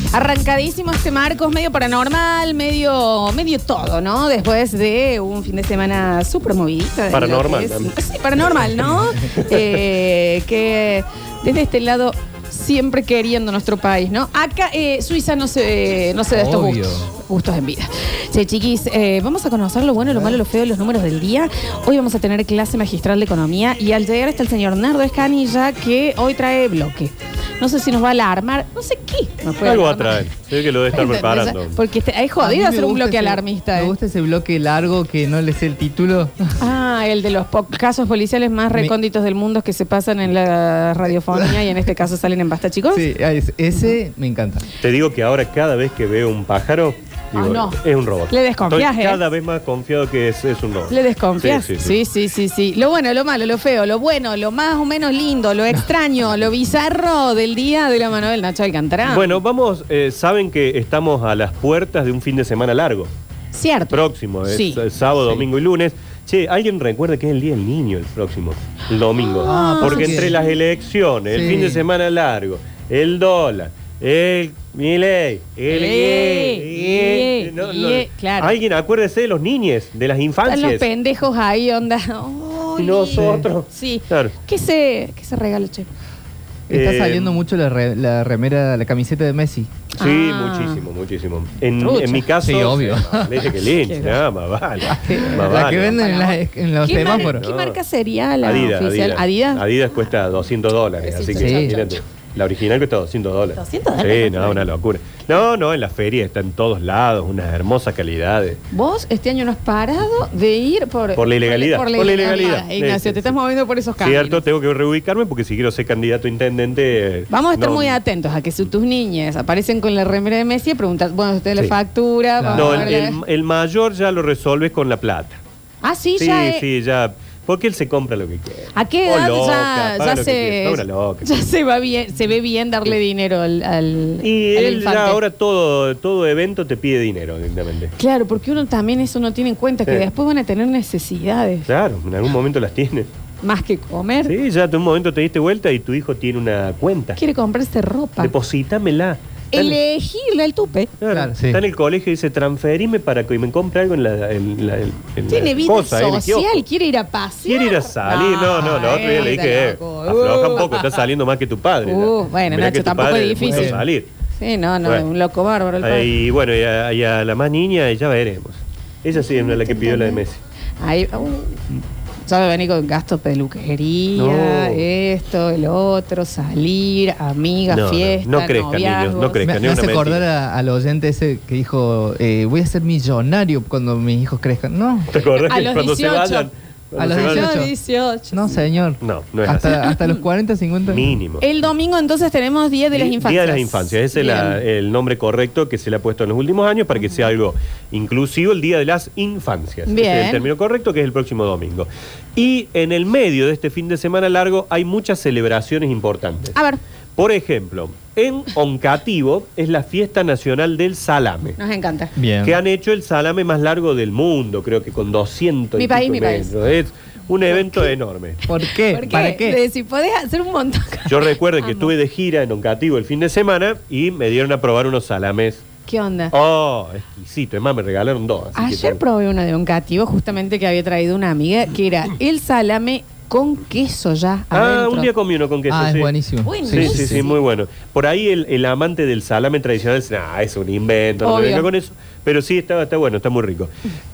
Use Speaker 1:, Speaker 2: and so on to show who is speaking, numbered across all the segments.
Speaker 1: Arrancadísimo este Marcos, medio paranormal, medio todo, ¿no? Después de un fin de semana súper movidito.
Speaker 2: Paranormal.
Speaker 1: Sí, paranormal, ¿no? Que desde este lado siempre queriendo nuestro país, ¿no? Acá Suiza no se da estos gustos en vida. Sí, chiquis, vamos a conocer lo bueno, lo malo, lo feo de los números del día. Hoy vamos a tener clase magistral de economía y al llegar está el señor Nardo Escanilla que hoy trae bloque. No sé si nos va a alarmar, no sé qué.
Speaker 2: Algo va a traer, sé que lo debe estar preparando.
Speaker 1: Porque es jodido hacer un bloque alarmista.
Speaker 3: Me gusta ese bloque largo que no le sé el título.
Speaker 1: Ah, el de los casos policiales más recónditos del mundo que se pasan en la radiofonía y en este caso salen en Basta, chicos.
Speaker 3: Sí, ese me encanta.
Speaker 2: Te digo que ahora cada vez que veo un pájaro, digo,
Speaker 1: no.
Speaker 2: Es un robot.
Speaker 1: Le desconfías,
Speaker 2: Estoy cada vez más confiado que es un robot.
Speaker 1: ¿Le desconfías?
Speaker 2: Sí.
Speaker 1: Lo bueno, lo malo, lo feo, lo bueno, lo más o menos lindo, lo extraño, lo bizarro del día de la mano del Nacho Alcántara.
Speaker 2: Bueno, vamos, saben que estamos a las puertas de un fin de semana largo.
Speaker 1: Cierto.
Speaker 2: Próximo, es sábado, domingo y lunes. Che, ¿alguien recuerda que es el Día del Niño el próximo? El domingo. Porque entre las elecciones, el fin de semana largo, el dólar, el Milei,
Speaker 1: claro.
Speaker 2: Alguien acuérdese de los niñes, de las infancias.
Speaker 1: Están los pendejos ahí, onda.
Speaker 2: Y nosotros.
Speaker 1: Sí.
Speaker 2: Claro.
Speaker 1: ¿Qué se regala, che?
Speaker 3: Está saliendo mucho la remera, la camiseta de Messi.
Speaker 2: Sí, muchísimo. En mi caso.
Speaker 3: Sí, obvio.
Speaker 2: Leche que Lynch, más vale.
Speaker 3: La que venden en los semáforos.
Speaker 1: ¿Qué marca sería la
Speaker 2: Adidas,
Speaker 1: oficial? ¿Adidas?
Speaker 2: Adidas cuesta $200, así que imagínate. La original cuesta $200.
Speaker 1: ¿$200?
Speaker 2: Sí, no, una locura. No, en la feria está en todos lados, unas hermosas calidades.
Speaker 1: Vos este año no has parado de ir por
Speaker 2: la ilegalidad.
Speaker 1: Por la ilegalidad. Ignacio,
Speaker 2: Sí.
Speaker 1: te estás moviendo por esos caminos.
Speaker 2: Cierto, tengo que reubicarme porque si quiero ser candidato a intendente.
Speaker 1: Vamos a estar muy atentos a que si tus niñas aparecen con la remera de Messi, preguntas, bueno, usted la factura.
Speaker 3: Claro.
Speaker 2: No, el mayor ya lo resolves con la plata.
Speaker 1: Ah, sí,
Speaker 2: ya. Porque él se compra lo que quiere.
Speaker 1: ¿A qué edad ya se va bien, se ve bien darle dinero al
Speaker 2: Y
Speaker 1: al
Speaker 2: él
Speaker 1: infante?
Speaker 2: ya ahora todo evento te pide dinero directamente.
Speaker 1: Claro, porque uno también eso no tiene en cuenta, que después van a tener necesidades.
Speaker 2: Claro, en algún momento las tienes.
Speaker 1: Más que comer.
Speaker 2: Sí, ya en un momento te diste vuelta y tu hijo tiene una cuenta.
Speaker 1: Quiere comprarse ropa.
Speaker 2: Deposítamela.
Speaker 1: Elegirle el tupe.
Speaker 2: Claro,
Speaker 3: sí.
Speaker 2: Está en el colegio y dice, transferime para que me compre algo en la
Speaker 1: Tiene vida
Speaker 2: cosa,
Speaker 1: social, quiere ir a pasear.
Speaker 2: Quiere ir a salir. No, el otro día le dije, afloja un poco, está saliendo más que tu padre.
Speaker 1: Bueno,
Speaker 2: Mirá
Speaker 1: Nacho,
Speaker 2: que tu
Speaker 1: tampoco
Speaker 2: padre
Speaker 1: es difícil.
Speaker 2: puede salir.
Speaker 1: Sí, no,
Speaker 2: Bueno.
Speaker 1: un loco bárbaro el padre.
Speaker 2: Y bueno, y a la más niña ya veremos. Ella sí es la que pidió la de Messi.
Speaker 1: Ahí, ya me venir con gasto peluquería, esto, el otro, salir, amigas, fiesta,
Speaker 2: no crezcan,
Speaker 1: noviazgos.
Speaker 2: niños, no crezcan.
Speaker 3: Me hace acordar al oyente ese que dijo, voy a ser millonario cuando mis hijos crezcan. No.
Speaker 2: ¿Te acordás
Speaker 1: A
Speaker 2: que
Speaker 1: los
Speaker 2: cuando
Speaker 1: 18.
Speaker 2: se vayan?
Speaker 3: A los 18. No, señor.
Speaker 2: No es así.
Speaker 3: Hasta los 40, 50.
Speaker 2: Mínimo.
Speaker 1: El domingo entonces tenemos Día de las Infancias.
Speaker 2: Día de las Infancias, ese es el nombre correcto que se le ha puesto en los últimos años para que sea algo inclusivo, el Día de las Infancias.
Speaker 1: Bien.
Speaker 2: Ese es el término correcto, que es el próximo domingo. Y en el medio de este fin de semana largo hay muchas celebraciones importantes.
Speaker 1: A ver,
Speaker 2: Por ejemplo, en Oncativo es la fiesta nacional del salame.
Speaker 1: nos encanta.
Speaker 3: Bien.
Speaker 2: Que han hecho el salame más largo del mundo, creo que con 200
Speaker 1: Mi
Speaker 2: y
Speaker 1: país,
Speaker 2: pico
Speaker 1: mi país.
Speaker 2: metros. Es un evento enorme.
Speaker 3: ¿Por qué?
Speaker 1: ¿Por qué?
Speaker 3: ¿Para qué?
Speaker 1: De si podés hacer un montón.
Speaker 2: Yo recuerdo que
Speaker 1: Amo.
Speaker 2: estuve de gira en Oncativo el fin de semana y me dieron a probar unos salames.
Speaker 1: ¿Qué onda?
Speaker 2: Oh, exquisito. Es más, me regalaron dos. así que
Speaker 1: Ayer probé una de un cativo justamente que había traído una amiga, que era el salame con queso ya adentro.
Speaker 2: Un día comí uno con queso.
Speaker 3: Es
Speaker 2: sí.
Speaker 3: buenísimo.
Speaker 1: Buenísimo.
Speaker 2: Sí, muy bueno. Por ahí el amante del salame tradicional dice, es un invento, no me
Speaker 1: Obvio.
Speaker 2: venga con eso. Pero sí, está bueno, está muy rico.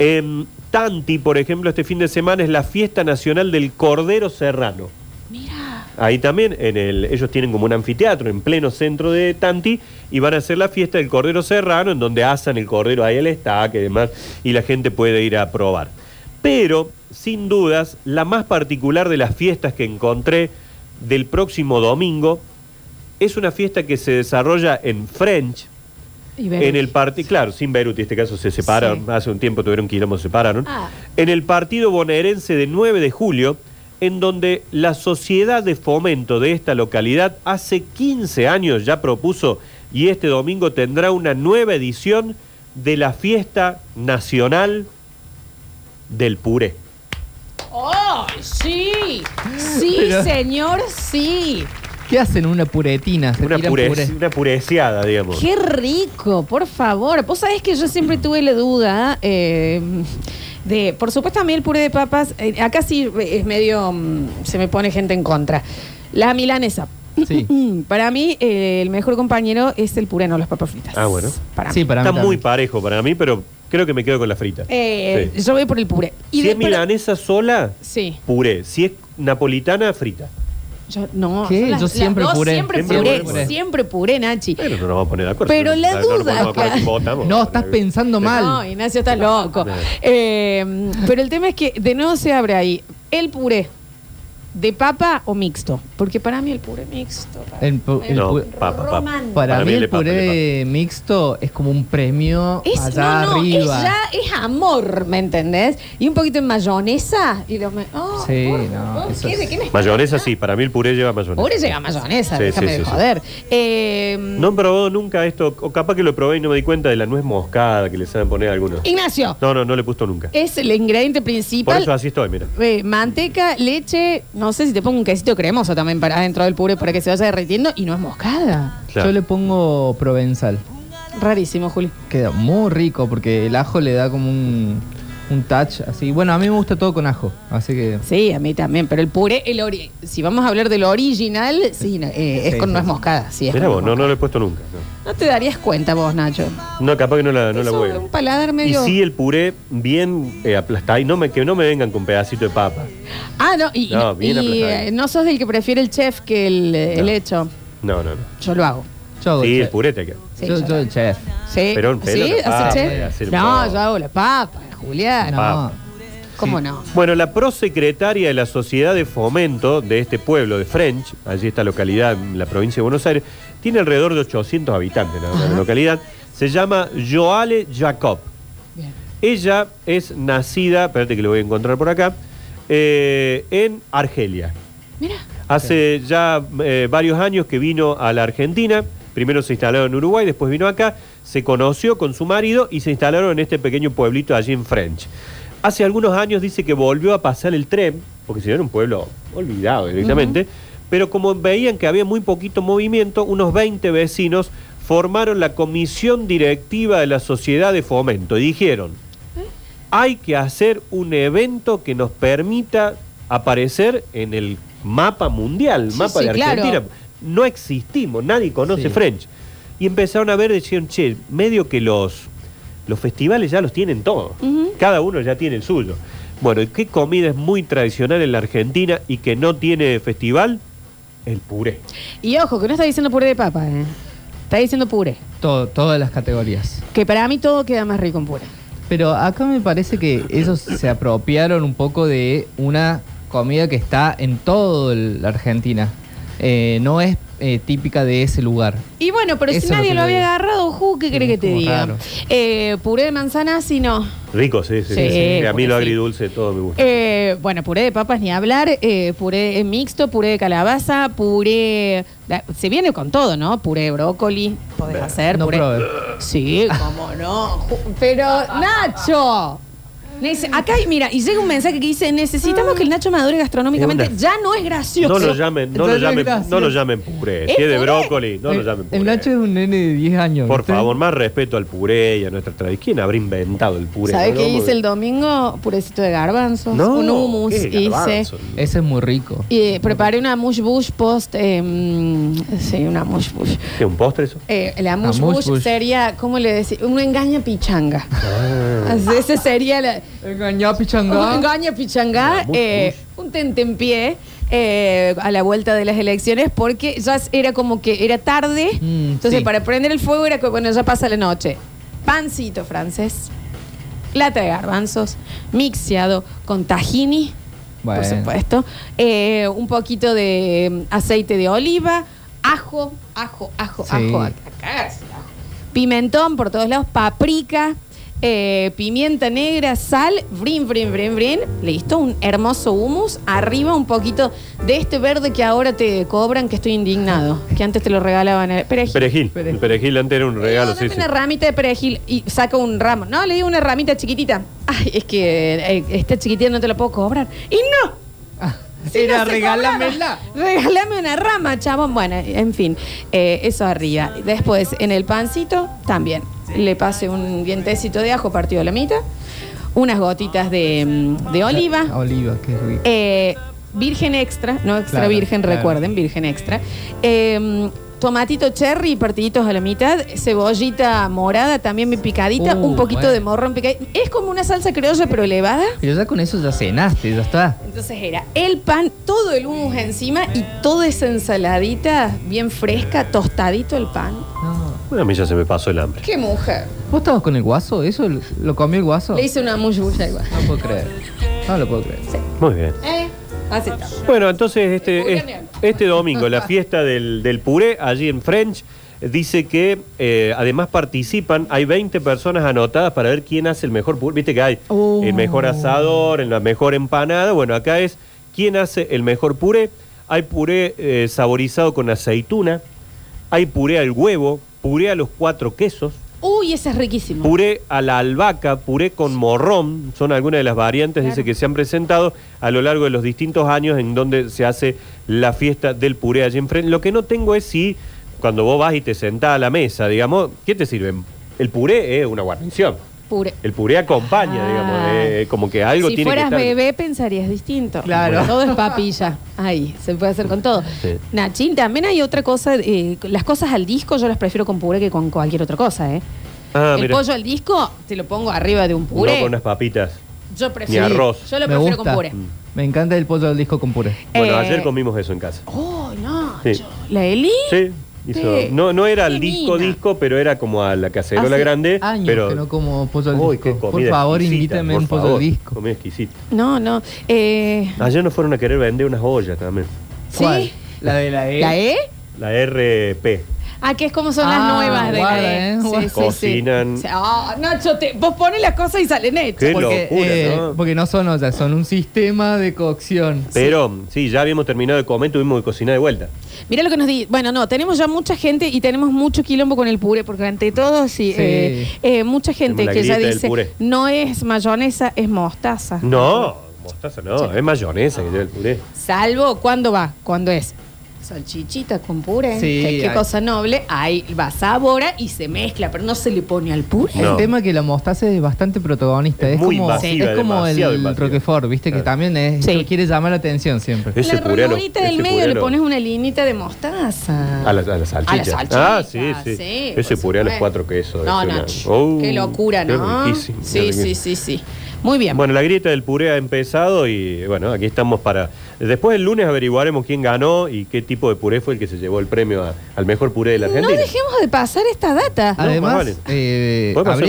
Speaker 2: Tanti, por ejemplo, este fin de semana es la fiesta nacional del Cordero Serrano.
Speaker 1: Mira.
Speaker 2: Ahí también, ellos tienen como un anfiteatro en pleno centro de Tanti y van a hacer la fiesta del Cordero Serrano, en donde asan el cordero ahí al estaque y demás, y la gente puede ir a probar. Pero, sin dudas, la más particular de las fiestas que encontré del próximo domingo es una fiesta que se desarrolla en French, en el partido, claro, sin Beruti, en este caso se separaron,
Speaker 1: Sí.
Speaker 2: hace un tiempo tuvieron quilombo, se separaron,
Speaker 1: Ah.
Speaker 2: en el partido bonaerense de 9 de julio, en donde la Sociedad de Fomento de esta localidad hace 15 años ya propuso, y este domingo tendrá una nueva edición de la fiesta nacional del puré.
Speaker 1: ¡Oh, sí! Sí,
Speaker 3: Pero-
Speaker 1: señor, sí.
Speaker 3: ¿Qué hacen? Una puretina. Se tiran puré.
Speaker 2: Una pureceada, digamos.
Speaker 1: ¡Qué rico! Por favor. Vos sabés que yo siempre tuve la duda por supuesto, a mí el puré de papas, acá sí es medio, se me pone gente en contra. La milanesa.
Speaker 3: Sí.
Speaker 1: Para mí, el mejor compañero es el puré, no las papas fritas.
Speaker 2: Ah, bueno.
Speaker 1: Para
Speaker 3: Sí,
Speaker 1: mí.
Speaker 3: para mí
Speaker 2: Está muy
Speaker 3: también.
Speaker 2: parejo para mí, pero creo que me quedo con la frita. Sí.
Speaker 1: Yo voy por el puré.
Speaker 2: Si es milanesa sola,
Speaker 1: Sí.
Speaker 2: puré. Si es napolitana, frita.
Speaker 1: Yo, no.
Speaker 3: ¿Qué?
Speaker 1: son las-
Speaker 3: Yo siempre
Speaker 1: las dos
Speaker 3: puré.
Speaker 1: Siempre
Speaker 2: Siempre
Speaker 1: puré.
Speaker 2: puré.
Speaker 1: Siempre puré, Nachi.
Speaker 2: Pero no nos vamos a poner de acuerdo.
Speaker 1: Pero la
Speaker 2: No nos
Speaker 1: duda
Speaker 2: podemos acordar
Speaker 1: acá-
Speaker 2: que votamos.
Speaker 3: No, estás pensando mal.
Speaker 1: No, Ignacio, estás loco.
Speaker 2: No.
Speaker 1: Pero el tema es que de nuevo se abre ahí el puré de papa o mixto. Porque para mí el puré mixto.
Speaker 2: No, papa.
Speaker 1: romántico.
Speaker 3: Para mí
Speaker 2: el
Speaker 3: el
Speaker 2: de papa,
Speaker 3: puré mixto es como un premio allá arriba.
Speaker 1: Es amor, ¿me entendés? Y un poquito de mayonesa y
Speaker 3: Sí,
Speaker 1: por
Speaker 3: no,
Speaker 1: favor,
Speaker 3: eso
Speaker 1: ¿qué? ¿De
Speaker 3: es-
Speaker 1: qué me estás
Speaker 2: Mayonesa
Speaker 1: hablando?
Speaker 2: sí, para mí el puré lleva mayonesa.
Speaker 1: Puré llega mayonesa,
Speaker 2: Sí,
Speaker 1: déjame
Speaker 2: sí,
Speaker 1: de
Speaker 2: sí, sí.
Speaker 1: joder.
Speaker 2: No he probado nunca esto, o capaz que lo probé y no me di cuenta de la nuez moscada que le saben poner a algunos.
Speaker 1: Ignacio,
Speaker 2: No le he puesto nunca.
Speaker 1: es el ingrediente
Speaker 2: Por
Speaker 1: principal.
Speaker 2: eso así estoy, mira.
Speaker 1: Manteca, leche, no sé si te pongo un quesito cremoso también para adentro del puré para que se vaya derritiendo y no es moscada.
Speaker 2: Claro.
Speaker 3: Yo le pongo provenzal.
Speaker 1: Rarísimo, Juli.
Speaker 3: Queda muy rico porque el ajo le da como un touch así. Bueno, a mí me gusta todo con ajo, así que...
Speaker 1: Sí, a mí también, pero el puré, si vamos a hablar del original, sí, es
Speaker 3: Sí,
Speaker 1: con
Speaker 3: sí,
Speaker 1: nuez
Speaker 3: sí.
Speaker 1: moscada. Sí, es
Speaker 2: Mira
Speaker 1: con
Speaker 2: vos,
Speaker 1: nuez
Speaker 2: no lo he puesto nunca.
Speaker 1: No te darías cuenta vos, Nacho.
Speaker 2: No, capaz que no la
Speaker 1: Eso
Speaker 2: voy.
Speaker 1: es un paladar
Speaker 2: Y
Speaker 1: medio...
Speaker 2: sí el puré bien aplastado. Y que no me vengan con pedacito de papa.
Speaker 1: Ah, no, y
Speaker 2: No, bien aplastado.
Speaker 1: no sos del que prefiere el chef que el
Speaker 2: No.
Speaker 1: hecho.
Speaker 2: No.
Speaker 1: Yo lo hago.
Speaker 3: Yo hago
Speaker 2: Sí,
Speaker 3: el
Speaker 2: el
Speaker 3: chef.
Speaker 2: puré te queda.
Speaker 1: Sí,
Speaker 3: Yo el chef.
Speaker 1: Sí,
Speaker 2: Pero
Speaker 1: ¿sí?
Speaker 2: la papa,
Speaker 1: ¿Hace chef?
Speaker 2: hacer
Speaker 1: No,
Speaker 2: papa.
Speaker 1: yo hago la papa, Julián.
Speaker 3: No.
Speaker 2: Papa.
Speaker 1: ¿Cómo
Speaker 3: Sí.
Speaker 1: no?
Speaker 2: Bueno, la prosecretaria de la Sociedad de Fomento de este pueblo de French, allí esta localidad en la provincia de Buenos Aires, tiene alrededor de 800 habitantes la localidad. Se llama Joale Jacob.
Speaker 1: Bien.
Speaker 2: Ella es nacida, espérate que lo voy a encontrar por acá, en Argelia.
Speaker 1: Mira.
Speaker 2: Hace ya varios años que vino a la Argentina. Primero se instaló en Uruguay, después vino acá, se conoció con su marido y se instalaron en este pequeño pueblito allí en French. Hace algunos años dice que volvió a pasar el tren, porque si no era un pueblo olvidado directamente, pero como veían que había muy poquito movimiento, unos 20 vecinos formaron la comisión directiva de la Sociedad de Fomento y dijeron, hay que hacer un evento que nos permita aparecer en el mapa mundial,
Speaker 1: Sí,
Speaker 2: mapa
Speaker 1: sí,
Speaker 2: de
Speaker 1: claro.
Speaker 2: Argentina. No existimos, nadie conoce
Speaker 3: Sí.
Speaker 2: French. Y empezaron a ver, decían, che, medio que los festivales ya los tienen todos. Cada uno ya tiene el suyo. Bueno, ¿y qué comida es muy tradicional en la Argentina y que no tiene festival? El puré.
Speaker 1: Y ojo, que no está diciendo puré de papa, ¿eh? Está diciendo puré.
Speaker 3: Todas las categorías.
Speaker 1: Que para mí todo queda más rico en puré.
Speaker 3: Pero acá me parece que ellos se apropiaron un poco de una comida que está en toda la Argentina. No es típica de ese lugar.
Speaker 1: Y bueno, pero
Speaker 3: Eso
Speaker 1: si
Speaker 3: es lo
Speaker 1: nadie
Speaker 3: que
Speaker 1: lo
Speaker 3: yo
Speaker 1: había
Speaker 3: digo.
Speaker 1: agarrado, ¿qué
Speaker 3: Sí,
Speaker 1: crees que
Speaker 3: es
Speaker 1: te
Speaker 3: como
Speaker 1: diga?
Speaker 3: raro.
Speaker 1: Puré de manzana, sí, no.
Speaker 2: Rico, sí.
Speaker 1: Sí,
Speaker 2: A mí
Speaker 1: puré,
Speaker 2: lo
Speaker 1: sí.
Speaker 2: agridulce todo me gusta.
Speaker 1: Bueno, puré de papas ni hablar, puré mixto, puré de calabaza, se viene con todo, ¿no? Puré de brócoli, podés hacer.
Speaker 3: No
Speaker 1: puré.
Speaker 3: probé.
Speaker 1: Sí, cómo no. Pero, Nacho. Acá, mira, y llega un mensaje que dice, necesitamos que el Nacho madure gastronómicamente.
Speaker 2: Es una-
Speaker 1: Ya no es gracioso.
Speaker 2: No lo llamen puré.
Speaker 1: ¿Es
Speaker 2: Si es de
Speaker 1: puré?
Speaker 2: brócoli, no lo llamen puré.
Speaker 3: El Nacho es un nene de 10 años.
Speaker 2: Por
Speaker 3: ¿viste?
Speaker 2: favor, más respeto al puré y a nuestra tradición. ¿Quién habrá inventado el puré?
Speaker 1: ¿Sabe
Speaker 2: No,
Speaker 1: qué
Speaker 2: no,
Speaker 1: hice el domingo? Purecito de garbanzos,
Speaker 2: No,
Speaker 1: un hummus
Speaker 2: ¿qué
Speaker 1: hice.
Speaker 2: garbanzo?
Speaker 3: Ese es muy rico.
Speaker 1: Y preparé una mush bush post. Sí, una mush bush.
Speaker 2: ¿Qué, un postre eso?
Speaker 1: La mush
Speaker 3: mush
Speaker 1: bush
Speaker 3: bush.
Speaker 1: sería, ¿cómo le decía? Una engaña pichanga. Ese sería la.
Speaker 3: Engañá,
Speaker 1: Un
Speaker 3: pichanga.
Speaker 1: engaña pichanga.
Speaker 2: La mush bush.
Speaker 1: Un tentempié. A la vuelta de las elecciones porque ya era como que era tarde, entonces
Speaker 3: sí.
Speaker 1: para prender el fuego era que bueno, ya pasa la noche. Pancito francés, lata de garbanzos, mixeado con tahini,
Speaker 3: Bueno.
Speaker 1: por supuesto, un poquito de aceite de oliva, ajo,
Speaker 3: Sí.
Speaker 1: a cagarse el ajo. Pimentón por todos lados, paprika, pimienta negra, sal, brin, listo, un hermoso hummus, arriba un poquito de este verde que ahora te cobran, que estoy indignado, que antes te lo regalaban, perejil.
Speaker 2: El perejil antes era un regalo,
Speaker 1: Dame
Speaker 2: sí.
Speaker 1: una ramita de perejil y saca un ramo. No, le digo una ramita chiquitita. Ay, es que esta chiquitita no te la puedo cobrar. Y no.
Speaker 3: Era
Speaker 1: no se
Speaker 3: regálamela.
Speaker 1: cobraba. Regálame una rama, chabón. Bueno, en fin, eso arriba. Después, en el pancito, también. Le pasé un dientecito de ajo partido a la mitad, unas gotitas de oliva.
Speaker 3: Oliva, qué rico.
Speaker 1: Virgen extra, no extra
Speaker 3: Claro,
Speaker 1: virgen,
Speaker 3: claro.
Speaker 1: recuerden, virgen extra. Tomatito cherry, partiditos a la mitad, cebollita morada, también bien picadita, un poquito
Speaker 3: bueno.
Speaker 1: de morrón picadito. Es como una salsa criolla, pero elevada.
Speaker 3: Pero ya con eso ya cenaste, ya está.
Speaker 1: Entonces era el pan, todo el hummus encima y toda esa ensaladita bien fresca, tostadito el pan.
Speaker 3: No.
Speaker 2: Bueno, a mí ya se me pasó el hambre.
Speaker 1: ¡Qué mujer!
Speaker 3: ¿Vos estabas con el guaso? ¿Eso lo comió el guaso?
Speaker 1: Le hice una mushuya igual.
Speaker 3: No puedo creer. No lo puedo creer.
Speaker 2: Muy bien.
Speaker 1: Así está.
Speaker 2: Bueno, entonces este domingo, la fiesta del puré, allí en French, dice que además participan, hay 20 personas anotadas para ver quién hace el mejor puré. Viste que hay el mejor asador, la mejor empanada. Bueno, acá es quién hace el mejor puré. Hay puré saborizado con aceituna, hay puré al huevo, puré a los 4 quesos,
Speaker 1: Uy, ese es riquísimo.
Speaker 2: puré a la albahaca, puré con morrón, son algunas de las variantes,
Speaker 1: Claro.
Speaker 2: dice, que se han presentado a lo largo de los distintos años en donde se hace la fiesta del puré allí enfrente. Lo que no tengo es si cuando vos vas y te sentás a la mesa, digamos, ¿qué te sirven? El puré es una guarnición.
Speaker 1: Puré.
Speaker 2: El puré acompaña, digamos, como que algo
Speaker 1: Si
Speaker 2: tiene que
Speaker 1: fueras
Speaker 2: estar.
Speaker 1: bebé pensarías distinto.
Speaker 3: Claro.
Speaker 1: Todo es papilla. Ahí, se puede hacer con todo.
Speaker 2: Sí.
Speaker 1: Nachín, también hay otra cosa. Las cosas al disco yo las prefiero con puré que con cualquier otra cosa, ¿eh?
Speaker 2: Ah,
Speaker 1: El
Speaker 2: mira,
Speaker 1: pollo al disco te lo pongo arriba de un
Speaker 2: no
Speaker 1: puré.
Speaker 2: con unas papitas.
Speaker 1: Yo prefiero.
Speaker 2: Ni arroz.
Speaker 1: Yo lo
Speaker 3: Me
Speaker 1: prefiero
Speaker 3: gusta.
Speaker 1: con puré.
Speaker 3: Me encanta el pollo del disco con puré.
Speaker 2: Bueno, ayer comimos eso en casa.
Speaker 1: Oh, no.
Speaker 2: Sí.
Speaker 1: ¿La Eli?
Speaker 2: Sí. Hizo,
Speaker 1: Sí.
Speaker 2: no era al
Speaker 1: Qué
Speaker 2: disco,
Speaker 1: mina.
Speaker 2: pero era como a la cacerola
Speaker 3: Hace
Speaker 2: grande.
Speaker 3: años
Speaker 2: pero
Speaker 3: que no como pollo al
Speaker 2: Uy,
Speaker 3: disco.
Speaker 2: qué
Speaker 3: Por
Speaker 2: comida
Speaker 3: favor,
Speaker 2: exquisita,
Speaker 3: invítame
Speaker 2: por
Speaker 3: un pollo
Speaker 2: favor.
Speaker 3: al disco.
Speaker 2: Comida exquisita.
Speaker 1: No.
Speaker 2: Ayer nos fueron a querer vender unas ollas también.
Speaker 3: ¿Cuál?
Speaker 1: ¿Sí?
Speaker 3: La de la E.
Speaker 1: ¿La E?
Speaker 2: La RP.
Speaker 1: Ah, que es como son las
Speaker 3: Ah,
Speaker 1: nuevas de
Speaker 3: guarda,
Speaker 1: la E.
Speaker 3: guarda.
Speaker 2: Cocinan.
Speaker 1: Sí. Ah, Nacho, vos pones las cosas y salen hechas.
Speaker 2: Qué
Speaker 3: Porque,
Speaker 2: locura, ¿no?
Speaker 3: porque no son ollas, son un sistema de cocción.
Speaker 2: Pero sí, ya habíamos terminado de comer, tuvimos que cocinar de vuelta.
Speaker 1: Mira lo que nos di. Bueno, no, tenemos ya mucha gente y tenemos mucho quilombo con el puré, porque ante todo, sí,
Speaker 3: Sí.
Speaker 1: mucha gente
Speaker 2: Tenemos la
Speaker 1: que ya
Speaker 2: grieta del
Speaker 1: dice,
Speaker 2: puré.
Speaker 1: no es mayonesa, es mostaza.
Speaker 2: No, mostaza no, es mayonesa que lleva el puré.
Speaker 1: Salvo cuando va, cuando es salchichita con puré,
Speaker 3: Sí,
Speaker 1: que qué
Speaker 3: hay-
Speaker 1: cosa noble, ahí va sabora y se mezcla, pero no se le pone al puré.
Speaker 2: No.
Speaker 3: El tema es que la mostaza es bastante protagonista.
Speaker 2: Es
Speaker 3: Es,
Speaker 2: muy
Speaker 3: como,
Speaker 2: invasiva,
Speaker 3: es como
Speaker 2: demasiado
Speaker 3: el
Speaker 2: invasiva.
Speaker 3: Roquefort, ¿viste? Que
Speaker 2: Claro.
Speaker 3: también es,
Speaker 1: Sí.
Speaker 3: quiere llamar la atención siempre.
Speaker 2: Ese
Speaker 1: la
Speaker 2: puré a lo-
Speaker 1: ranurita del
Speaker 2: ese
Speaker 1: medio
Speaker 2: puré a
Speaker 1: le
Speaker 2: lo-
Speaker 1: pones una linita de mostaza.
Speaker 2: A la salchicha.
Speaker 1: A la salchicha,
Speaker 2: Ah, sí.
Speaker 1: sí,
Speaker 2: Ese
Speaker 1: por
Speaker 2: puré a los
Speaker 1: supuesto.
Speaker 2: 4 quesos.
Speaker 1: No,
Speaker 2: es una-
Speaker 1: Nacho.
Speaker 2: Oh,
Speaker 1: Qué locura,
Speaker 2: qué
Speaker 1: ¿no?
Speaker 2: riquísimo,
Speaker 1: Sí,
Speaker 2: qué
Speaker 1: sí,
Speaker 2: riquísimo.
Speaker 1: sí. Muy bien.
Speaker 2: Bueno, la grieta del puré ha empezado y bueno, aquí estamos para... Después el lunes averiguaremos quién ganó y qué tipo de puré fue el que se llevó el premio al mejor puré de la
Speaker 1: No
Speaker 2: Argentina.
Speaker 1: dejemos de pasar esta data.
Speaker 3: Además,
Speaker 2: más vale.
Speaker 3: habría
Speaker 2: Podemos hacer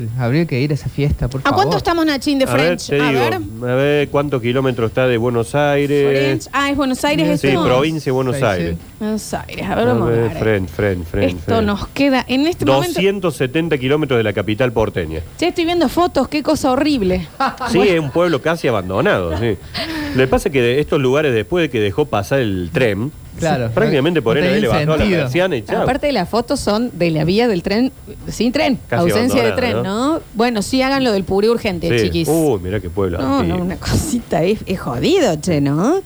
Speaker 3: que ir a esa fiesta, por
Speaker 1: ¿A
Speaker 3: favor.
Speaker 1: cuánto estamos, Nachín, de
Speaker 2: A ver,
Speaker 1: French?
Speaker 2: te digo, a ver cuántos kilómetros está de Buenos Aires.
Speaker 1: French. Ah, es Buenos Aires
Speaker 2: Sí,
Speaker 1: esto.
Speaker 2: provincia de Buenos
Speaker 3: Sí,
Speaker 2: Aires.
Speaker 3: sí.
Speaker 1: Buenos Aires, a ver, vamos a ver.
Speaker 2: French.
Speaker 1: Esto nos queda en este momento.
Speaker 2: 270 kilómetros de la capital porteña.
Speaker 1: Ya estoy viendo fotos, qué cosa horrible.
Speaker 2: Sí, es un pueblo casi abandonado. Sí. Lo que pasa es que de estos lugares, después de que dejó pasar el tren,
Speaker 3: Claro.
Speaker 2: prácticamente por
Speaker 3: No
Speaker 2: él le
Speaker 3: tenía
Speaker 2: bajó la
Speaker 3: sentido.
Speaker 2: persiana y chao.
Speaker 1: Aparte de las fotos son de la vía del tren, sin tren,
Speaker 2: Casi
Speaker 1: ausencia de
Speaker 2: abandonada,
Speaker 1: tren, ¿no? Bueno, sí hagan lo del puré urgente,
Speaker 2: Sí.
Speaker 1: chiquis.
Speaker 2: Mirá qué pueblo.
Speaker 1: No,
Speaker 2: antiguo.
Speaker 1: una cosita, es jodido, che, ¿no?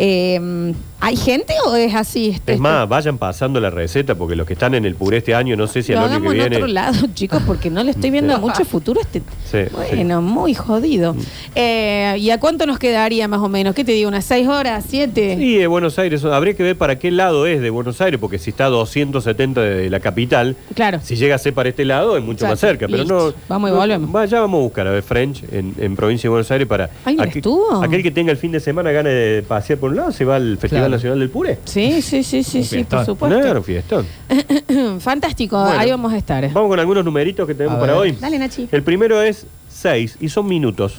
Speaker 1: ¿Hay gente o es así?
Speaker 2: Es más, vayan pasando la receta porque los que están en el puré este año, no sé si
Speaker 1: lo
Speaker 2: al año
Speaker 1: hagamos
Speaker 2: que
Speaker 1: en
Speaker 2: viene.
Speaker 1: otro lado, chicos, porque no le estoy viendo mucho futuro a este.
Speaker 2: Sí,
Speaker 1: Bueno, muy jodido. ¿Y a cuánto nos quedaría más o menos? ¿Qué te digo? ¿Unas 6 horas? ¿7?
Speaker 2: Sí, de Buenos Aires. Habría que ver para qué lado es de Buenos Aires, porque si está a 270 de la capital,
Speaker 1: Claro.
Speaker 2: si llega a ser para este lado es mucho
Speaker 1: Exacto.
Speaker 2: más cerca. Pero
Speaker 1: Listo.
Speaker 2: no.
Speaker 1: Vamos y
Speaker 2: no-
Speaker 1: volvemos.
Speaker 2: Ya vamos a buscar a ver French en provincia de Buenos Aires para.
Speaker 1: Ay, ¿no estuvo?
Speaker 2: aquel que tenga el fin de semana gane de pasear por un lado, se va al Festival
Speaker 3: Claro.
Speaker 2: Nacional del Puré.
Speaker 1: Sí, por
Speaker 3: fiestón.
Speaker 1: supuesto.
Speaker 2: Claro, fiestón.
Speaker 1: Fantástico,
Speaker 2: Bueno.
Speaker 1: ahí vamos a estar.
Speaker 2: Vamos con algunos numeritos que tenemos
Speaker 3: A
Speaker 2: para
Speaker 3: ver.
Speaker 2: hoy.
Speaker 1: Dale, Nachi.
Speaker 2: El primero es 6 y son minutos.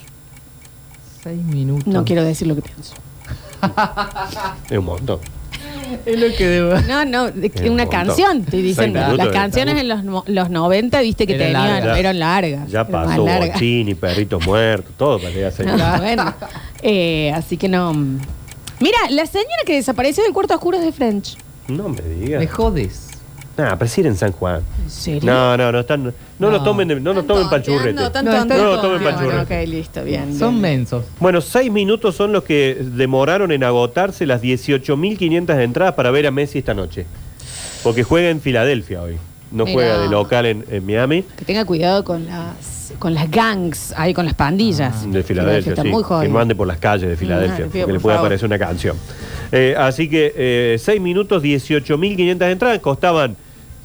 Speaker 3: 6 minutos.
Speaker 1: No quiero decir lo que pienso.
Speaker 2: Es un montón.
Speaker 3: Es lo que debo.
Speaker 1: No,
Speaker 2: Es
Speaker 1: una
Speaker 2: un montón.
Speaker 1: canción, estoy diciendo.
Speaker 2: 6 minutos
Speaker 1: Las canciones en los 90, viste que
Speaker 3: Eran
Speaker 1: tenían,
Speaker 3: largas.
Speaker 1: eran largas.
Speaker 2: Ya
Speaker 1: eran más
Speaker 2: pasó
Speaker 1: largas.
Speaker 2: Bochini, perritos muertos, todo para llegar a seis
Speaker 1: No,
Speaker 2: minutos.
Speaker 1: bueno. Así que no. Mira, la señora que desapareció del cuarto oscuro es de French.
Speaker 2: No me digas.
Speaker 3: Me jodes.
Speaker 2: prefieren en San Juan.
Speaker 1: ¿En serio?
Speaker 2: No, lo tomen, no nos tomen panchurrete.
Speaker 1: No,
Speaker 3: No,
Speaker 1: no,
Speaker 2: tomen panchurrete.
Speaker 1: Ok, listo, bien.
Speaker 3: Son
Speaker 1: bien.
Speaker 3: mensos.
Speaker 2: Bueno, 6 minutos son los que demoraron en agotarse las 18.500 entradas para ver a Messi esta noche. Porque juega en Filadelfia hoy. No
Speaker 1: Mirá.
Speaker 2: juega de local en Miami.
Speaker 1: Que tenga cuidado con las gangs, ahí con las pandillas.
Speaker 2: De Filadelfia,
Speaker 1: Está
Speaker 2: sí.
Speaker 1: muy
Speaker 2: Que
Speaker 1: jodido.
Speaker 2: no ande por las calles de Filadelfia,
Speaker 1: le pido,
Speaker 2: porque le
Speaker 1: por
Speaker 2: puede
Speaker 1: favor.
Speaker 2: aparecer una canción. Así que 6 minutos, 18.500 entradas, costaban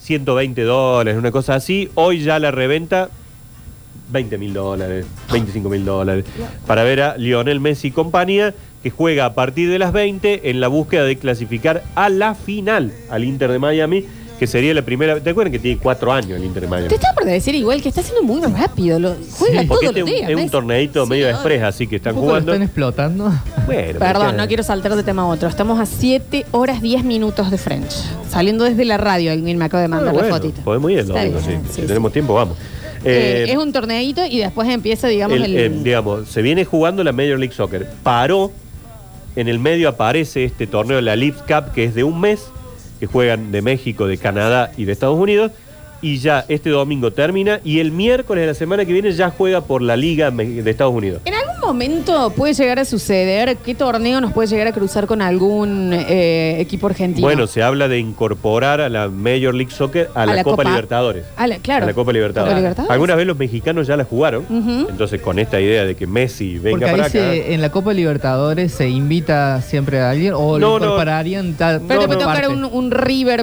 Speaker 2: $120, una cosa así. Hoy ya la reventa, $20.000, $25.000, para ver a Lionel Messi y compañía, que juega a partir de las 20 en la búsqueda de clasificar a la final al Inter de Miami, que sería la primera. ¿Te acuerdan que tiene 4 años el Inter de Miami?
Speaker 1: Te estaba por decir igual que está haciendo muy rápido. Juega
Speaker 2: Porque
Speaker 1: todos los días.
Speaker 2: es un
Speaker 1: Messi.
Speaker 2: torneito
Speaker 1: Sí,
Speaker 2: medio
Speaker 1: obvio.
Speaker 2: express, así que están
Speaker 3: ¿Un poco lo
Speaker 2: jugando.
Speaker 3: están explotando?
Speaker 2: Bueno,
Speaker 1: Perdón,
Speaker 2: porque-
Speaker 1: no quiero saltar de tema a otro. Estamos a 7 horas 10 minutos de French. Saliendo desde la radio, alguien me acaba de mandar la
Speaker 2: bueno,
Speaker 1: fotito.
Speaker 2: podemos ir el
Speaker 1: Está
Speaker 2: domingo,
Speaker 1: bien,
Speaker 2: sí.
Speaker 1: sí,
Speaker 2: Si tenemos tiempo, vamos.
Speaker 1: Es un torneito y después empieza, digamos,
Speaker 2: digamos, se viene jugando la Major League Soccer. Paró, en el medio aparece este torneo, la League Cup, que es de un mes, que juegan de México, de Canadá y de Estados Unidos. Y ya este domingo termina. Y el miércoles de la semana que viene ya juega por la Liga de Estados Unidos.
Speaker 1: ¿En algún momento puede llegar a suceder? ¿Qué torneo nos puede llegar a cruzar con algún equipo argentino?
Speaker 2: Bueno, se habla de incorporar a la Major League Soccer a la Copa Libertadores.
Speaker 1: Claro.
Speaker 2: A la Copa Libertadores.
Speaker 1: Copa Libertadores.
Speaker 2: Algunas veces los mexicanos ya la jugaron.
Speaker 1: Ujú.
Speaker 2: Entonces, con esta idea de que Messi venga
Speaker 3: Porque
Speaker 2: para
Speaker 3: ahí
Speaker 2: acá.
Speaker 3: en la Copa Libertadores se invita siempre a alguien o
Speaker 2: No,
Speaker 3: lo incorporarían tal.
Speaker 1: Pero te
Speaker 2: No,
Speaker 1: puede
Speaker 2: no.
Speaker 1: tocar un River,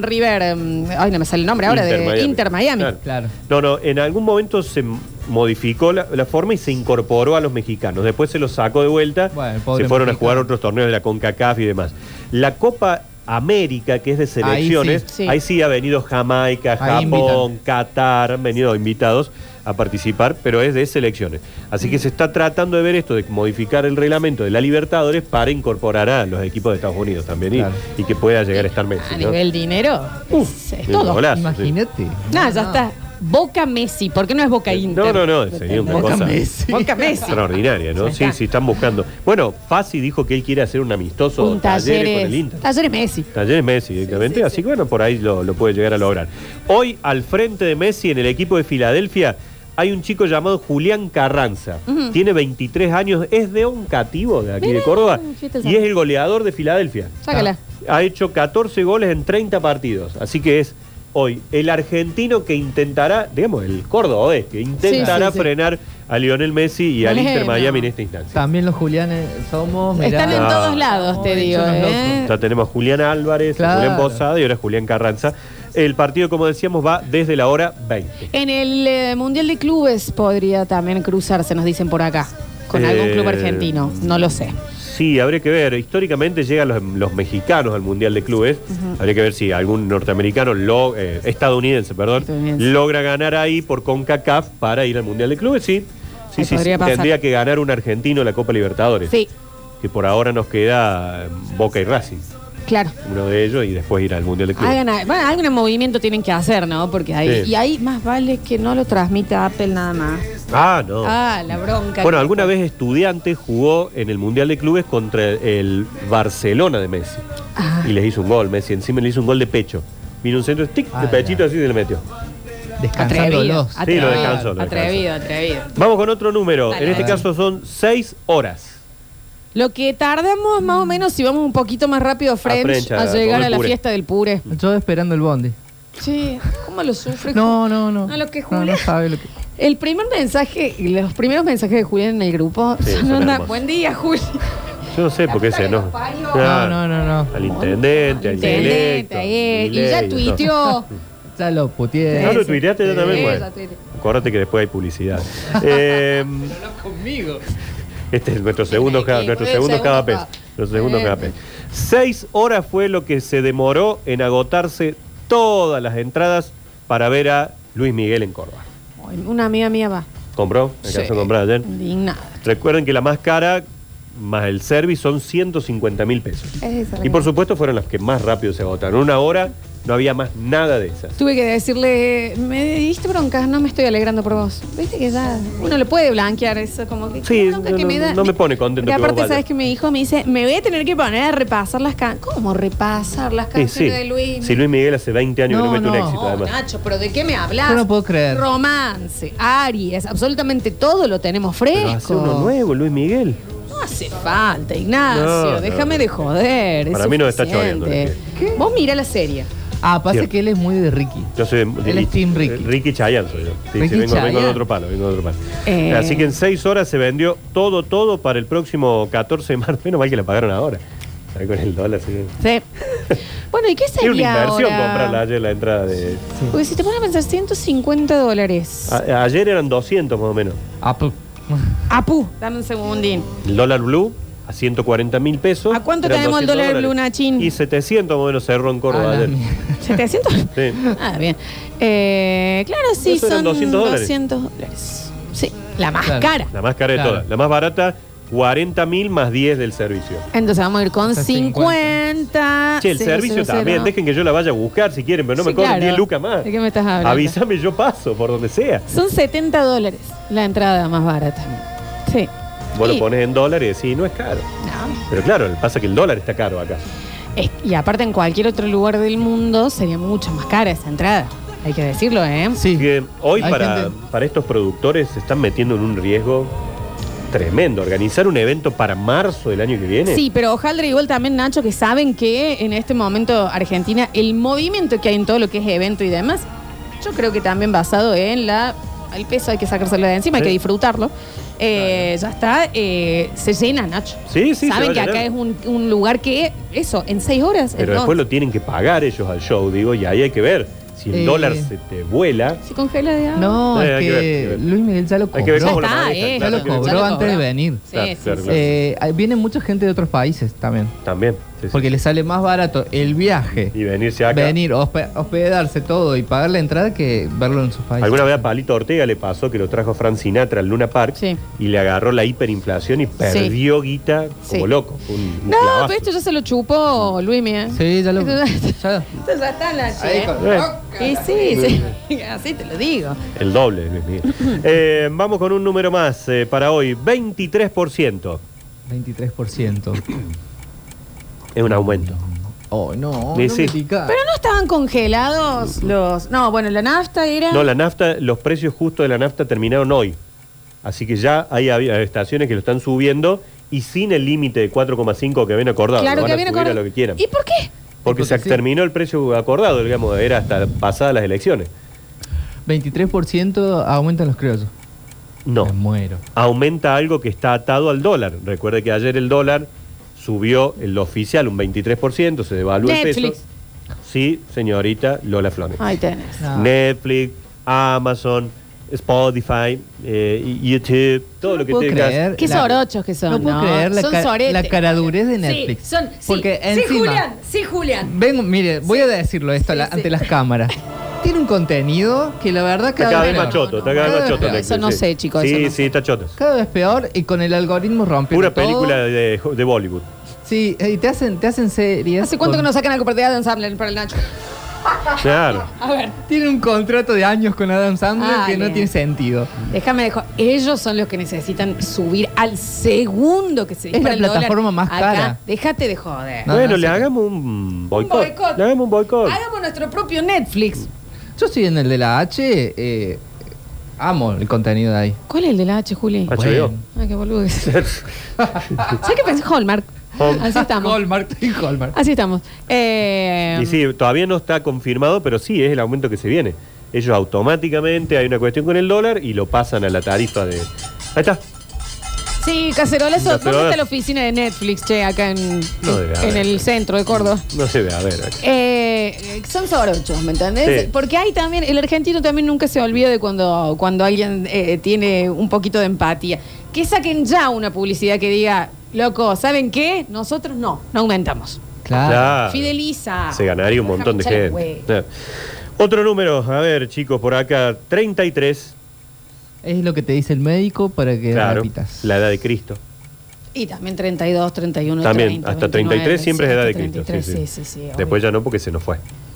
Speaker 1: ay, no me sale el nombre ahora, de Inter Miami.
Speaker 3: Claro.
Speaker 2: No, en algún momento se modificó la forma y se incorporó a los mexicanos. Después se los sacó de vuelta,
Speaker 3: Bueno, el pobre
Speaker 2: se fueron a
Speaker 3: mexicano.
Speaker 2: jugar otros torneos de la CONCACAF y demás. La Copa América, que es de selecciones,
Speaker 1: sí.
Speaker 2: ahí sí ha venido Jamaica,
Speaker 3: Ahí
Speaker 2: Japón,
Speaker 3: invitan.
Speaker 2: Qatar, han venido invitados a participar, pero es de selecciones. Así que se está tratando de ver esto, de modificar el reglamento de la Libertadores para incorporar a los equipos de Estados Unidos también
Speaker 3: Claro.
Speaker 2: y que pueda llegar a estar Messi.
Speaker 1: A
Speaker 2: ¿no?
Speaker 1: nivel dinero, es
Speaker 2: Un
Speaker 1: todo.
Speaker 2: golazo, sí.
Speaker 3: Imagínate.
Speaker 1: No, ya está. Boca Messi, ¿por qué no es Boca Inter?
Speaker 2: No, sería una
Speaker 3: Boca
Speaker 2: cosa
Speaker 3: Messi.
Speaker 1: Boca Messi.
Speaker 2: extraordinaria, ¿no?
Speaker 1: Ya
Speaker 2: Sí,
Speaker 1: está.
Speaker 2: sí, están buscando. Bueno, Fassi dijo que él quiere hacer un amistoso
Speaker 1: Un
Speaker 2: Talleres con el Inter.
Speaker 1: Talleres Messi.
Speaker 2: Talleres Messi directamente, así que bueno, por ahí lo puede llegar a lograr. Hoy, al frente de Messi, en el equipo de Filadelfia, hay un chico llamado Julián Carranza.
Speaker 1: Ujú.
Speaker 2: Tiene 23 años, es de un cativo de aquí
Speaker 1: Mirá,
Speaker 2: de Córdoba
Speaker 1: fíjate,
Speaker 2: y es el goleador de Filadelfia.
Speaker 1: Sácala.
Speaker 2: Ha hecho 14 goles en 30 partidos, así que es hoy el argentino que intentará, digamos, el cordobés, que intentará
Speaker 1: sí.
Speaker 2: frenar a Lionel Messi y al
Speaker 1: Bueno.
Speaker 2: Inter Miami en esta instancia.
Speaker 3: También los Julianes somos. mirá.
Speaker 1: Están en
Speaker 2: Ah.
Speaker 1: todos lados, te
Speaker 3: Estamos
Speaker 1: digo.
Speaker 3: hechos unos locos.
Speaker 2: Ya tenemos a Julián Álvarez, a
Speaker 3: Claro.
Speaker 2: Julián Posada y ahora Julián Carranza. El partido, como decíamos, va desde la hora 20.
Speaker 1: En el Mundial de Clubes podría también cruzarse, nos dicen por acá, con algún club argentino. No lo sé.
Speaker 2: Sí, habría que ver. Históricamente llegan los mexicanos al Mundial de Clubes. Habría que ver si algún norteamericano, estadounidense, logra ganar ahí por CONCACAF para ir al Mundial de Clubes. Sí,
Speaker 1: Ahí podría pasar.
Speaker 2: Tendría que ganar un argentino la Copa Libertadores.
Speaker 1: Sí,
Speaker 2: Que por ahora nos queda Boca y Racing.
Speaker 1: claro.
Speaker 2: Uno de ellos y después ir al Mundial de Clubes.
Speaker 1: Algún movimiento tienen que hacer, ¿no? Porque ahí,
Speaker 2: Sí.
Speaker 1: y ahí más vale que no lo transmita Apple nada más.
Speaker 2: Ah, no.
Speaker 1: La bronca.
Speaker 2: Bueno, alguna vez Estudiantes jugó en el Mundial de Clubes contra el Barcelona de Messi.
Speaker 1: Ah.
Speaker 2: Y les hizo un gol, Messi. Encima le hizo un gol de pecho. Vino un centro de
Speaker 3: Ah,
Speaker 2: pechito así y se le metió.
Speaker 3: Descansándolos.
Speaker 2: Sí, lo descansó, lo
Speaker 1: Atrevido.
Speaker 2: Vamos con otro número.
Speaker 1: Dale,
Speaker 2: en este
Speaker 1: dale.
Speaker 2: caso son 6 horas.
Speaker 1: Lo que tardamos más o menos, si vamos un poquito más rápido,
Speaker 2: French,
Speaker 1: a
Speaker 2: a
Speaker 1: llegar
Speaker 2: comer
Speaker 1: a la
Speaker 2: puré.
Speaker 1: fiesta del pure.
Speaker 3: Yo esperando el bondi.
Speaker 1: Che, ¿cómo lo sufre?
Speaker 3: No.
Speaker 1: No, lo que Julián-
Speaker 3: No sabe lo que.
Speaker 1: El primer mensaje, los primeros mensajes de Julián en el grupo
Speaker 2: Sí,
Speaker 1: son
Speaker 2: son
Speaker 1: onda,
Speaker 2: hermosos.
Speaker 1: buen día, Julián.
Speaker 2: Yo no sé
Speaker 1: La
Speaker 2: por qué
Speaker 1: puta
Speaker 2: se
Speaker 1: que
Speaker 2: no.
Speaker 1: los parió.
Speaker 3: No.
Speaker 2: Al intendente, al
Speaker 1: Intendente,
Speaker 2: electo.
Speaker 1: y ya
Speaker 2: Milei,
Speaker 1: tuiteó.
Speaker 3: Ya lo puteé.
Speaker 2: ¿No lo tuiteaste yo también?
Speaker 1: Sí,
Speaker 2: Bueno,
Speaker 1: ya tuiteé.
Speaker 2: acordate que después hay publicidad.
Speaker 3: Conmigo.
Speaker 2: Este es nuestro segundo canapé. Nuestro segundo canapé. 6 horas fue lo que se demoró en agotarse todas las entradas para ver a Luis Miguel en Córdoba.
Speaker 1: Ay, una amiga mía va.
Speaker 2: ¿Compró? ¿Alcanzó a comprar ayer?
Speaker 1: Indignada.
Speaker 2: Recuerden que la más cara más el service son 150.000 pesos. Y por supuesto fueron las que más rápido se agotaron. 1 hora No había más nada de esas.
Speaker 1: Tuve que decirle, me diste broncas, no me estoy alegrando por vos. Viste que ya uno le puede blanquear eso, como que
Speaker 2: Sí,
Speaker 1: bronca que me da.
Speaker 2: no me pone contento
Speaker 1: Porque
Speaker 2: que vos
Speaker 1: aparte,
Speaker 2: vayas.
Speaker 1: ¿sabes qué me dijo? Me dice, me voy a tener que poner a repasar las canciones. ¿Cómo repasar las
Speaker 2: Sí,
Speaker 1: canciones
Speaker 2: sí.
Speaker 1: de Luis?
Speaker 2: Si Luis Miguel hace 20 años que no
Speaker 3: No,
Speaker 2: mete un
Speaker 3: no.
Speaker 2: éxito,
Speaker 1: No,
Speaker 2: además.
Speaker 1: Nacho, pero ¿de qué me hablas?
Speaker 3: Yo no puedo creer.
Speaker 1: Romance, Aries, absolutamente todo lo tenemos fresco.
Speaker 2: Pero hace uno nuevo, Luis Miguel.
Speaker 1: No hace falta, Ignacio.
Speaker 2: No,
Speaker 1: déjame
Speaker 2: no.
Speaker 1: de joder.
Speaker 2: Para
Speaker 1: es
Speaker 2: mí no está
Speaker 1: suficiente.
Speaker 2: choreando,
Speaker 3: ¿Qué?
Speaker 1: Vos mira la serie.
Speaker 3: Pasa
Speaker 2: Cierto.
Speaker 3: que él es muy de Ricky.
Speaker 2: Yo soy
Speaker 3: Él es Team Ricky.
Speaker 2: Ricky Chayanne soy yo. Sí,
Speaker 3: Ricky
Speaker 2: sí, vengo de
Speaker 3: Chayanne.
Speaker 2: otro palo, vengo de otro palo.
Speaker 1: Eh.
Speaker 2: Así que en 6 horas se vendió todo para el próximo 14 de marzo. Menos mal que la pagaron ahora. Ahí con el dólar. Sí.
Speaker 1: Sí. Bueno, ¿y qué
Speaker 2: Era una
Speaker 1: sería
Speaker 2: inversión
Speaker 1: ahora?
Speaker 2: comprarla ayer la entrada de...
Speaker 1: Porque si te pones a pensar, $150.
Speaker 2: Ayer eran 200 más o menos.
Speaker 3: Apple.
Speaker 1: Apu, dame un segundín.
Speaker 2: El dólar blue a 140 mil pesos.
Speaker 1: ¿A cuánto
Speaker 2: Eran
Speaker 1: tenemos el
Speaker 2: 200
Speaker 1: dólar blue,
Speaker 2: dólares.
Speaker 1: Nachín?
Speaker 2: Y 700 más o menos cerró en Córdoba
Speaker 3: A la
Speaker 2: ayer.
Speaker 3: mierda.
Speaker 1: ¿700?
Speaker 2: Sí.
Speaker 1: Ah, bien. Claro, sí,
Speaker 2: Eso eran
Speaker 1: son
Speaker 2: $200.
Speaker 1: $200. Sí, la más
Speaker 3: Claro.
Speaker 1: cara.
Speaker 2: La más cara de
Speaker 3: Claro.
Speaker 2: todas. La más barata, 40 mil más 10 del servicio.
Speaker 1: Entonces vamos a ir con
Speaker 3: Hasta
Speaker 1: 50.
Speaker 2: Che, el servicio también, dejen que yo la vaya a buscar si quieren, pero no me cobren 10 lucas más.
Speaker 1: ¿De qué me estás hablando?
Speaker 2: Avísame, yo paso por donde sea.
Speaker 1: Son $70 la entrada más barata. Sí.
Speaker 2: Vos lo
Speaker 1: Y-
Speaker 2: pones en dólares y decís, no es caro.
Speaker 1: No.
Speaker 2: Pero claro, pasa que el dólar está caro acá.
Speaker 1: Y aparte en cualquier otro lugar del mundo sería mucho más cara esa entrada. Hay que decirlo, ¿eh?
Speaker 3: Sí.
Speaker 2: Así que hoy
Speaker 3: Hay
Speaker 2: para
Speaker 3: gente-
Speaker 2: estos productores se están metiendo en un riesgo tremendo. Organizar un evento para marzo del año que viene.
Speaker 1: Sí, pero ojalá igual también, Nacho, que saben que en este momento Argentina, el movimiento que hay en todo lo que es evento y demás, yo creo que también basado en el peso hay que sacárselo de encima, hay
Speaker 2: Sí.
Speaker 1: que disfrutarlo. Ya está, se llena, Nacho.
Speaker 2: Sí, sí, se
Speaker 1: Saben
Speaker 2: va a
Speaker 1: que acá
Speaker 2: llenar.
Speaker 1: es un lugar que, eso, en 6 horas.
Speaker 2: Pero
Speaker 1: no,
Speaker 2: después lo tienen que pagar ellos al show, digo, y ahí hay que ver. Si el dólar se te vuela,
Speaker 1: se congela de agua.
Speaker 3: No,
Speaker 2: Sí,
Speaker 3: es
Speaker 2: hay que ver, hay que
Speaker 3: que
Speaker 2: ver.
Speaker 3: Luis Miguel ya lo
Speaker 2: hay que ver
Speaker 3: cobró.
Speaker 2: cómo lo
Speaker 1: Ya está,
Speaker 2: manejan.
Speaker 3: Ya
Speaker 2: claro,
Speaker 3: lo
Speaker 2: hay que ver.
Speaker 3: cobró antes de venir.
Speaker 1: Sí,
Speaker 2: Claro,
Speaker 1: sí,
Speaker 2: claro,
Speaker 1: sí.
Speaker 2: claro.
Speaker 3: Viene mucha gente de otros países también.
Speaker 2: También. Sí, sí.
Speaker 3: Porque le sale más barato el viaje,
Speaker 2: Y venirse acá.
Speaker 3: venir, hospedarse todo y pagar la entrada que verlo en su país.
Speaker 2: Alguna vez a Palito Ortega le pasó que lo trajo Frank Sinatra al Luna Park
Speaker 1: Sí.
Speaker 2: y le agarró la hiperinflación y perdió guita como
Speaker 1: Sí.
Speaker 2: loco. Fue un
Speaker 1: No,
Speaker 2: clavazo.
Speaker 1: pero esto ya se lo chupó Luis Miguel.
Speaker 3: Sí, ya lo.
Speaker 1: Esto ya-
Speaker 3: ya-
Speaker 1: Esto ya está en la
Speaker 3: Ahí con-
Speaker 2: Eh,
Speaker 1: Y sí, sí, así te lo digo.
Speaker 2: el doble, Luis Miguel. Vamos con un número más para hoy. 23%.
Speaker 3: 23%.
Speaker 2: Es un aumento.
Speaker 3: Oh, no.
Speaker 2: Sí,
Speaker 3: no
Speaker 2: sí.
Speaker 3: me pica.
Speaker 1: Pero no estaban congelados los... No, bueno, la nafta era...
Speaker 2: No, la nafta, los precios justos de la nafta terminaron hoy. Así que ya hay estaciones que lo están subiendo y sin el límite de 4,5 que habían acordado.
Speaker 1: Claro
Speaker 2: Lo
Speaker 1: que
Speaker 2: van a
Speaker 1: habían
Speaker 2: subir
Speaker 1: acordado.
Speaker 2: a lo que quieran.
Speaker 1: ¿Y por qué?
Speaker 2: Porque se
Speaker 3: sí.
Speaker 2: terminó el precio acordado, digamos, era hasta pasadas las elecciones.
Speaker 3: 23% aumentan los criollos.
Speaker 2: No.
Speaker 3: Me muero.
Speaker 2: Aumenta algo que está atado al dólar. Recuerde que ayer el dólar subió el oficial un 23%, se devaluó el
Speaker 1: Netflix.
Speaker 2: peso. Sí, señorita Lola Flones.
Speaker 1: Ahí tenés.
Speaker 3: No.
Speaker 2: Netflix, Amazon, Spotify, YouTube, todo
Speaker 3: No
Speaker 2: lo que
Speaker 3: puedo
Speaker 2: tiene que
Speaker 3: creer.
Speaker 2: hacer.
Speaker 1: Qué
Speaker 3: La-
Speaker 1: sorochos que son,
Speaker 3: No puedo
Speaker 1: ¿no?
Speaker 3: creer
Speaker 1: Son soretes.
Speaker 3: la caradurez de Netflix.
Speaker 1: Sí, son...
Speaker 3: Porque
Speaker 1: sí,
Speaker 3: encima.
Speaker 1: sí, Julián, sí, Julián.
Speaker 3: Vengo, mire, voy
Speaker 1: Sí.
Speaker 3: a decirlo esto
Speaker 1: Sí, sí.
Speaker 3: ante las cámaras. Tiene un contenido que la verdad
Speaker 2: Está cada vez
Speaker 3: peor.
Speaker 2: más choto, está cada vez
Speaker 3: Cada
Speaker 2: más
Speaker 3: vez
Speaker 2: choto.
Speaker 3: peor.
Speaker 2: Netflix,
Speaker 1: Eso no
Speaker 2: sí.
Speaker 1: sé, chicos,
Speaker 2: Sí,
Speaker 1: eso no
Speaker 2: sí,
Speaker 1: sé.
Speaker 2: está choto.
Speaker 3: Cada vez peor y con el algoritmo rompiendo
Speaker 2: Pura película
Speaker 3: todo.
Speaker 2: de Bollywood.
Speaker 3: Sí, y te hacen series.
Speaker 1: ¿Hace cuánto
Speaker 3: con-
Speaker 1: que nos sacan la cooperativa de Adam Sandler para el Nacho?
Speaker 2: Claro.
Speaker 1: A ver,
Speaker 3: Tiene un contrato de años con Adam Sandler
Speaker 1: Ah,
Speaker 3: que no
Speaker 1: bien.
Speaker 3: tiene sentido.
Speaker 1: déjame dejar. Ellos son los que necesitan subir al segundo que se
Speaker 3: Es la
Speaker 1: dispara el dólar.
Speaker 3: plataforma más
Speaker 1: Acá,
Speaker 3: cara.
Speaker 1: déjate de joder.
Speaker 3: No,
Speaker 2: bueno,
Speaker 3: no,
Speaker 2: le
Speaker 3: sí.
Speaker 2: hagamos un boicot.
Speaker 1: boicot.
Speaker 2: Le hagamos un boicot.
Speaker 1: Hagamos nuestro propio Netflix.
Speaker 3: Yo estoy en el de la H, amo el contenido de ahí.
Speaker 1: ¿Cuál es el de la H, Juli?
Speaker 2: HBO.
Speaker 3: Bueno.
Speaker 1: Ay, qué boludo. ¿Sabes qué pensé? Hallmark. Así estamos.
Speaker 3: Hallmark y Hallmark.
Speaker 1: Así estamos.
Speaker 2: Y sí, todavía no está confirmado, pero sí es el aumento que se viene. Ellos automáticamente hay una cuestión con el dólar y lo pasan a la tarifa de. Ahí está.
Speaker 1: Sí, Cacerolazo. ¿Dónde
Speaker 2: Cacerolas.
Speaker 1: está la oficina de Netflix, che? Acá
Speaker 2: No debe haber.
Speaker 1: en el centro de Córdoba.
Speaker 2: No se ve, a ver.
Speaker 1: Son sorochos, ¿me entendés?
Speaker 2: Sí.
Speaker 1: Porque hay también, el argentino también nunca se olvida de cuando alguien tiene un poquito de empatía. Que saquen ya una publicidad que diga, loco, ¿saben qué? Nosotros no aumentamos.
Speaker 3: Claro.
Speaker 2: Claro.
Speaker 1: Fideliza.
Speaker 2: Se ganaría un montón de
Speaker 1: Déjame
Speaker 2: gente.
Speaker 1: echar los
Speaker 2: Claro. Otro número, a ver, chicos, por acá, 33.
Speaker 3: Es lo que te dice el médico para que
Speaker 2: Claro,
Speaker 3: repitas.
Speaker 2: la edad de Cristo.
Speaker 1: Y también 32, 31,
Speaker 2: También,
Speaker 1: 30,
Speaker 2: hasta
Speaker 1: 29,
Speaker 2: 33 siempre es
Speaker 1: sí,
Speaker 2: edad de
Speaker 1: hasta
Speaker 2: Cristo.
Speaker 1: 33,
Speaker 2: sí, sí.
Speaker 1: sí, sí,
Speaker 2: Después
Speaker 1: obvio.
Speaker 2: ya no, porque se nos fue.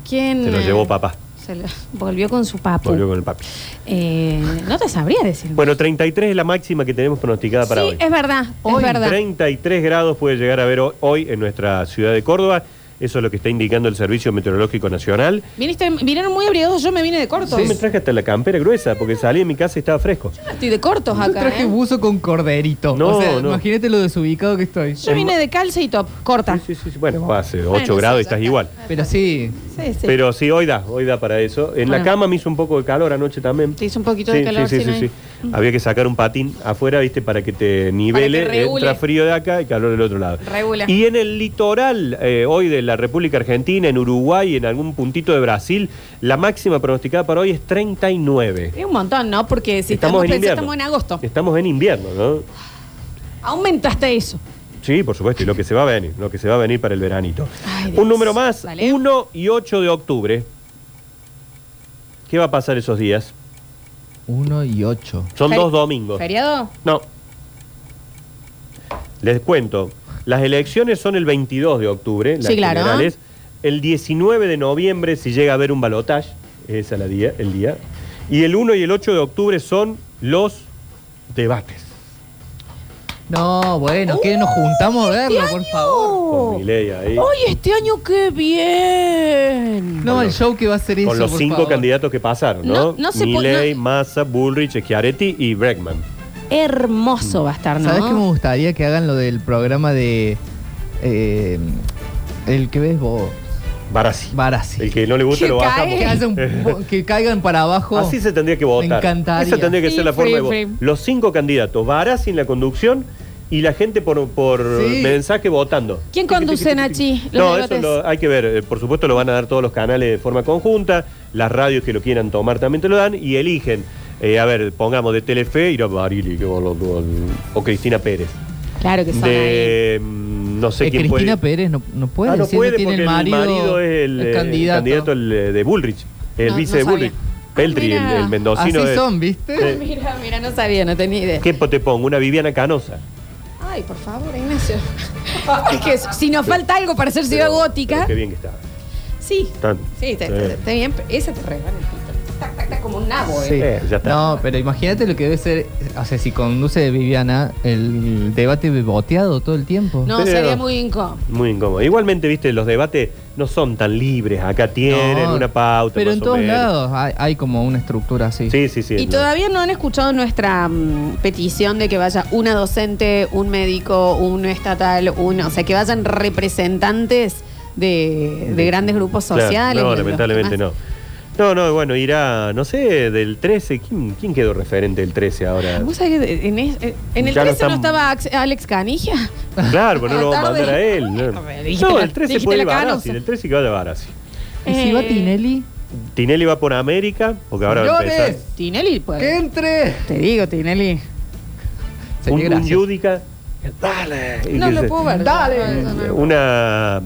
Speaker 1: ¿Quién?
Speaker 2: Se lo llevó papá.
Speaker 1: Se lo volvió con su papu.
Speaker 2: Volvió con el papi.
Speaker 1: No te sabría decir.
Speaker 2: Bueno, 33 es la máxima que tenemos pronosticada para hoy.
Speaker 1: Sí, es verdad,
Speaker 2: Hoy,
Speaker 1: es verdad.
Speaker 2: 33 grados puede llegar a ver hoy en nuestra ciudad de Córdoba. Eso es lo que está indicando el Servicio Meteorológico Nacional.
Speaker 1: Vinieron muy abrigados, yo me vine de cortos.
Speaker 2: Sí, me traje hasta la campera gruesa porque salí de mi casa y estaba fresco.
Speaker 1: Yo no estoy de cortos
Speaker 3: Yo
Speaker 1: acá.
Speaker 3: traje buzo con corderito.
Speaker 2: No,
Speaker 3: o sea,
Speaker 2: no.
Speaker 3: imagínate lo desubicado que estoy.
Speaker 1: Yo vine de calza y top, corta.
Speaker 2: Sí. Bueno, hace 8
Speaker 1: Bueno,
Speaker 2: grados
Speaker 1: sí,
Speaker 2: y estás
Speaker 1: ya
Speaker 2: igual.
Speaker 3: Pero sí.
Speaker 1: Sí.
Speaker 2: Pero sí, hoy da para eso. En la
Speaker 1: Bueno.
Speaker 2: cama me hizo un poco de calor anoche también.
Speaker 1: Te hizo un poquito de calor.
Speaker 2: Sí.
Speaker 1: Sinai.
Speaker 2: Había que sacar un patín afuera, ¿viste? Para que te nivele.
Speaker 1: Para que regule.
Speaker 2: Entra frío de acá y calor del otro lado.
Speaker 1: Regula.
Speaker 2: Y en el litoral, hoy de la República Argentina, en Uruguay, en algún puntito de Brasil, la máxima pronosticada para hoy es 39.
Speaker 1: Es un montón, ¿no? Porque si
Speaker 2: Estamos en invierno.
Speaker 1: estamos en agosto.
Speaker 2: Estamos en invierno, ¿no?
Speaker 1: Aumentaste eso.
Speaker 2: Sí, por supuesto, y lo que se va a venir para el veranito.
Speaker 1: Ay, Dios.
Speaker 2: Un número más,
Speaker 1: Dale.
Speaker 2: 1 y 8 de octubre. ¿Qué va a pasar esos días?
Speaker 3: 1 y 8.
Speaker 2: Son
Speaker 1: Feri-
Speaker 2: 2 domingos.
Speaker 1: ¿Feriado?
Speaker 2: No. Les cuento. Las elecciones son el 22 de octubre, las
Speaker 1: Sí, claro.
Speaker 2: generales. El 19 de noviembre, si llega a haber un balotaje, esa es el día. Y el 1 y el 8 de octubre son los debates.
Speaker 3: No, bueno, que nos juntamos a verlo, por favor.
Speaker 2: Con Milei ahí.
Speaker 1: ¡Ay, este año qué bien!
Speaker 3: No, el show que va a ser eso.
Speaker 2: Con los
Speaker 3: por
Speaker 2: 5
Speaker 3: favor.
Speaker 2: candidatos que pasaron, ¿no?
Speaker 1: No, no se
Speaker 2: Milei,
Speaker 1: no.
Speaker 2: Massa, Bullrich, Schiaretti y Bregman.
Speaker 1: Hermoso va a estar, ¿no?
Speaker 3: ¿Sabes qué me gustaría que hagan lo del programa de. El que ves vos?
Speaker 2: Barassi.
Speaker 3: Barassi.
Speaker 2: El que no le gusta
Speaker 1: Que
Speaker 2: lo
Speaker 1: cae.
Speaker 2: bajamos.
Speaker 3: Que caigan para abajo.
Speaker 2: Así se tendría que votar.
Speaker 3: Me encantaría.
Speaker 2: Esa tendría que
Speaker 1: Sí,
Speaker 2: ser la forma de
Speaker 1: free.
Speaker 2: votar. Los 5 candidatos, Barassi en la conducción y la gente por
Speaker 3: Sí.
Speaker 2: mensaje votando.
Speaker 1: ¿Quién conduce, Nachi? Los
Speaker 2: No,
Speaker 1: debates.
Speaker 2: eso hay que ver. Por supuesto lo van a dar todos los canales de forma conjunta. Las radios que lo quieran tomar también te lo dan y eligen. A ver, pongamos de Telefe, ir a Barili, o Cristina Pérez.
Speaker 1: Claro que son ahí.
Speaker 2: De no sé quién
Speaker 3: Cristina
Speaker 2: puede.
Speaker 3: Pérez no puede.
Speaker 2: No
Speaker 3: si
Speaker 2: puede
Speaker 3: tiene
Speaker 2: porque
Speaker 3: el marido,
Speaker 2: es el
Speaker 3: candidato.
Speaker 2: de Bullrich, el
Speaker 1: No,
Speaker 2: vice
Speaker 1: no
Speaker 2: de
Speaker 1: sabía.
Speaker 2: Bullrich. Peltri,
Speaker 1: mira.
Speaker 2: el mendocino.
Speaker 3: Así son, ¿viste?
Speaker 2: Sí.
Speaker 1: Mira, no sabía, no tenía idea.
Speaker 2: ¿Qué te pongo? Una Viviana Canosa.
Speaker 1: Ay, por favor, Ignacio. Es que si nos falta algo para ser ciudad gótica.
Speaker 2: Pero qué bien que está.
Speaker 1: Sí.
Speaker 2: Tan-
Speaker 1: Sí, está bien. Pero esa te regala el pito. Tac, tac, tac, como un nabo,
Speaker 3: Sí.
Speaker 2: Ya está.
Speaker 3: No, pero imagínate lo que debe ser. O sea, si conduce Viviana, el debate boteado todo el tiempo.
Speaker 1: No,
Speaker 2: Pero-
Speaker 1: sería muy incómodo.
Speaker 2: Muy incómodo. Igualmente, viste, los debates no son tan libres. Acá tienen
Speaker 3: No,
Speaker 2: una pauta.
Speaker 3: Pero
Speaker 2: más
Speaker 3: en
Speaker 2: o
Speaker 3: todos
Speaker 2: menos.
Speaker 3: lados hay como una estructura así.
Speaker 2: Sí.
Speaker 1: Y todavía no han escuchado nuestra petición de que vaya una docente, un médico, un estatal, o sea, que vayan representantes de grandes grupos
Speaker 2: Claro,
Speaker 1: sociales.
Speaker 2: no,
Speaker 1: de los
Speaker 2: lamentablemente
Speaker 1: demás.
Speaker 2: no. No, bueno, irá, no sé, del 13. ¿Quién quedó referente del 13 ahora?
Speaker 1: ¿Vos sabés que en el
Speaker 2: Ya
Speaker 1: 13
Speaker 2: no
Speaker 1: no
Speaker 2: están-
Speaker 1: estaba Alex Canija?
Speaker 2: Claro, pero no lo vamos a
Speaker 1: Tarde.
Speaker 2: mandar a él. No,
Speaker 1: A ver, dijiste
Speaker 2: no
Speaker 1: la-
Speaker 2: el 13
Speaker 1: dijiste
Speaker 2: puede
Speaker 1: la
Speaker 2: ir Barassi.
Speaker 1: Canosa.
Speaker 2: El 13 que vaya Barassi.
Speaker 3: ¿Y si va Tinelli?
Speaker 2: Tinelli va por América, porque ahora va a empezar.
Speaker 3: ¡Señores!
Speaker 1: Tinelli, pues.
Speaker 3: ¡Que entre!
Speaker 1: Te digo, Tinelli.
Speaker 3: Sería
Speaker 2: Un
Speaker 3: gracioso.
Speaker 2: Yudica. Dale. Y
Speaker 1: No
Speaker 2: que
Speaker 1: lo
Speaker 2: se-
Speaker 1: puedo ver.
Speaker 3: Dale.
Speaker 1: No.
Speaker 2: Una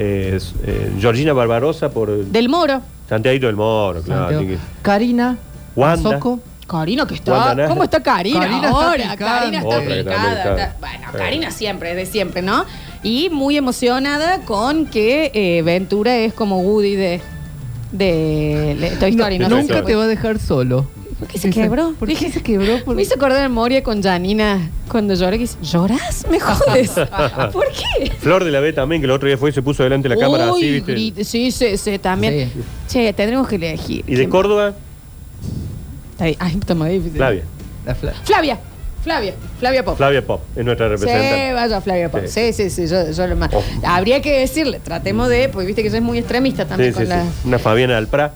Speaker 2: Georgina Barbarosa por
Speaker 1: Del Moro.
Speaker 2: Santiago del Moro, claro.
Speaker 3: Santiago.
Speaker 2: así que-
Speaker 3: Karina.
Speaker 2: Wanda.
Speaker 3: Mazoco.
Speaker 1: Karina que está.
Speaker 2: Wanda Nara.
Speaker 1: ¿Cómo está Karina?
Speaker 3: Karina está
Speaker 1: ahora?
Speaker 3: picante.
Speaker 1: Karina está
Speaker 2: Otra que también
Speaker 1: picada.
Speaker 2: está.
Speaker 1: Bueno, Karina siempre, de siempre, ¿no? Y muy emocionada con que Ventura es como Woody de Toy Story, ¿no?
Speaker 2: Toy
Speaker 3: Nunca
Speaker 2: Story.
Speaker 3: te va a dejar solo.
Speaker 1: ¿Por qué se quebró?
Speaker 3: ¿Por qué se quebró?
Speaker 1: Me hizo acordar de Moria con Janina cuando lloré. Que dice, ¿lloras? ¿Me jodes? ¿Por qué?
Speaker 2: Flor de la B también, que el otro día fue y se puso delante de la cámara
Speaker 1: Uy,
Speaker 2: así, ¿viste?
Speaker 1: sí, también.
Speaker 3: Sí.
Speaker 1: Che, tendremos que elegir.
Speaker 2: Y de Córdoba,
Speaker 1: Está ahí. Ay, está más difícil.
Speaker 2: Flavia.
Speaker 3: La
Speaker 1: Flavia Pop.
Speaker 2: Flavia Pop, es nuestra
Speaker 1: Sí,
Speaker 2: representante.
Speaker 1: vaya Flavia Pop.
Speaker 2: Sí.
Speaker 1: Sí, yo lo más.
Speaker 2: Oh.
Speaker 1: Habría que decirle, tratemos de, porque viste que ella es muy extremista también
Speaker 2: Sí,
Speaker 1: con
Speaker 2: sí,
Speaker 1: la.
Speaker 2: sí. Una Fabiana Alpra.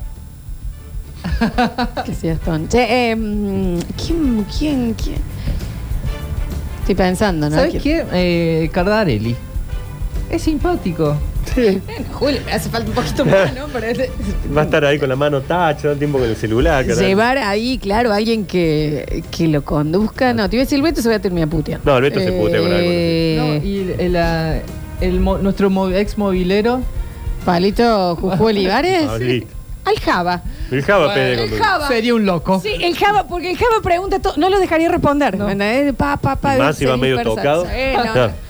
Speaker 1: Que sí, Aston. Che, ¿quién? Estoy pensando, ¿no?
Speaker 3: ¿Sabes qué? Cardarelli. Es simpático.
Speaker 1: Julio, me hace falta un poquito más, ¿no? Pero
Speaker 2: Va a estar ahí con la mano tacha, todo el tiempo con el celular. caray.
Speaker 1: llevar ahí, claro, a alguien que lo conduzca. No, te iba a decir el Beto, se va a terminar puteando.
Speaker 2: No, el Beto se putea con algo,
Speaker 3: No, y nuestro ex movilero.
Speaker 1: Palito Juju Olivares.
Speaker 2: Pablito.
Speaker 1: Al Java.
Speaker 2: El Java Pérez
Speaker 1: El
Speaker 2: con
Speaker 1: Java.
Speaker 3: Sería un loco.
Speaker 1: Sí, el Java, porque el Java pregunta todo, no lo dejaría responder.
Speaker 3: No.
Speaker 1: ¿Me entendés? Pa,
Speaker 2: Y más si
Speaker 1: se
Speaker 2: va medio
Speaker 1: dispersa.
Speaker 2: tocado.
Speaker 1: Sí, no.
Speaker 2: Claro.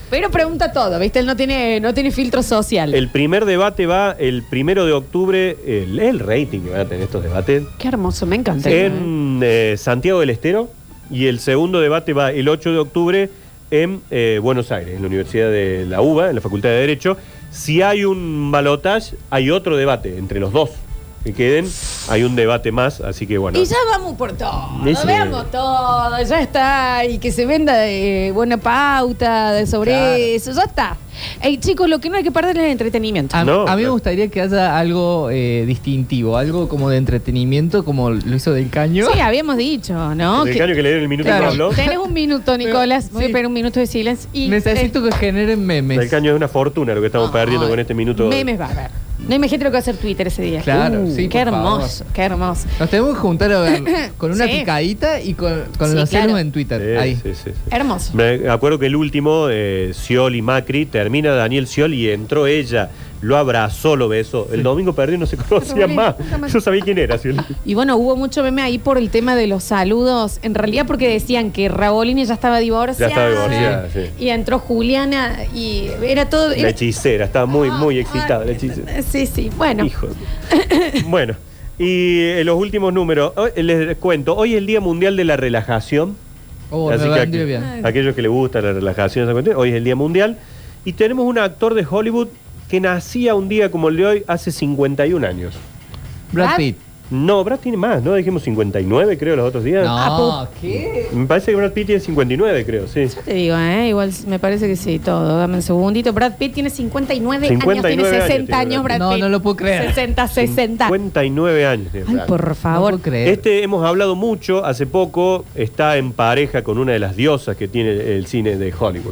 Speaker 1: Pero pregunta todo, ¿viste? Él no tiene filtro social.
Speaker 2: El primer debate va el 1 de octubre, el rating que van a tener estos debates,
Speaker 1: Qué hermoso, me encanta.
Speaker 2: en Santiago del Estero, y el segundo debate va el 8 de octubre en Buenos Aires, en la Universidad de la UBA, en la Facultad de Derecho. Si hay un balotaje, hay otro debate entre los dos que queden, hay un debate más, así que bueno.
Speaker 1: Y ya vamos por todo,
Speaker 2: Sí.
Speaker 1: veamos todo, ya está, y que se venda buena pauta sobre
Speaker 3: Claro.
Speaker 1: eso, ya está. Ey, chicos, lo que no hay que perder es el entretenimiento.
Speaker 3: A,
Speaker 2: No,
Speaker 3: a mí me
Speaker 2: claro.
Speaker 3: gustaría que haya algo distintivo, algo como de entretenimiento, como lo hizo Del Caño.
Speaker 1: Sí, habíamos dicho, ¿no?
Speaker 2: El caño que le den el minuto
Speaker 3: Claro.
Speaker 2: a Pablo.
Speaker 1: Tenés un minuto, Nicolás. Voy a
Speaker 3: Sí.
Speaker 1: pedir un minuto de silencio. Y
Speaker 3: Necesito que generen memes.
Speaker 2: El caño es una fortuna lo que estamos perdiendo con este minuto.
Speaker 1: Memes va a haber. No imagínate lo que va a hacer Twitter ese día.
Speaker 3: Claro, sí,
Speaker 1: Qué
Speaker 3: por favor.
Speaker 1: hermoso, qué hermoso.
Speaker 3: Nos tenemos que juntar a ver, con una
Speaker 1: Sí.
Speaker 3: picadita y con
Speaker 1: Sí,
Speaker 3: los
Speaker 1: claro.
Speaker 3: celos en Twitter.
Speaker 2: Sí,
Speaker 3: Ahí.
Speaker 2: sí, sí.
Speaker 1: Hermoso.
Speaker 2: Me acuerdo que el último, Scioli Macri, termina Daniel Scioli y entró ella, lo abrazó, lo besó. El domingo perdió y no se conocían
Speaker 1: Rabolini,
Speaker 2: más.
Speaker 1: nunca más.
Speaker 2: Yo sabía quién era Scioli.
Speaker 1: Y bueno, hubo mucho meme ahí por el tema de los saludos. En realidad porque decían que Rabolini ya estaba divorciada.
Speaker 2: Ya estaba divorciada, sí.
Speaker 1: Y entró Juliana y era todo...
Speaker 2: La
Speaker 1: era-
Speaker 2: hechicera, estaba muy excitada la hechicera.
Speaker 1: Sí, sí. Bueno.
Speaker 2: Hijo. Bueno, y los últimos números, les cuento, hoy es el Día Mundial de la Relajación.
Speaker 3: Oh,
Speaker 2: Así
Speaker 3: me
Speaker 2: que
Speaker 3: vendría bien.
Speaker 2: aquellos que les gusta la relajación, esa cuestión, hoy es el Día Mundial. Y tenemos un actor de Hollywood que nacía un día como el de hoy hace 51 años.
Speaker 3: Brad Pitt.
Speaker 2: No, Brad tiene más, ¿no? Dijimos 59, creo, los otros días.
Speaker 3: No, ¿qué?
Speaker 2: Me parece que Brad Pitt tiene 59, creo, sí.
Speaker 1: Yo te digo, igual me parece que sí, todo. Dame un segundito. Brad Pitt tiene 59 años,
Speaker 2: 59
Speaker 1: tiene
Speaker 2: años
Speaker 1: 60 años,
Speaker 2: tiene
Speaker 1: Brad
Speaker 3: No,
Speaker 1: Pitt.
Speaker 3: no lo puedo creer.
Speaker 1: 60.
Speaker 2: 59 años. tiene
Speaker 1: Ay,
Speaker 2: Brad.
Speaker 1: por
Speaker 3: No
Speaker 1: favor.
Speaker 3: puedo creer.
Speaker 2: Este hemos hablado mucho, hace poco está en pareja con una de las diosas que tiene el cine de Hollywood.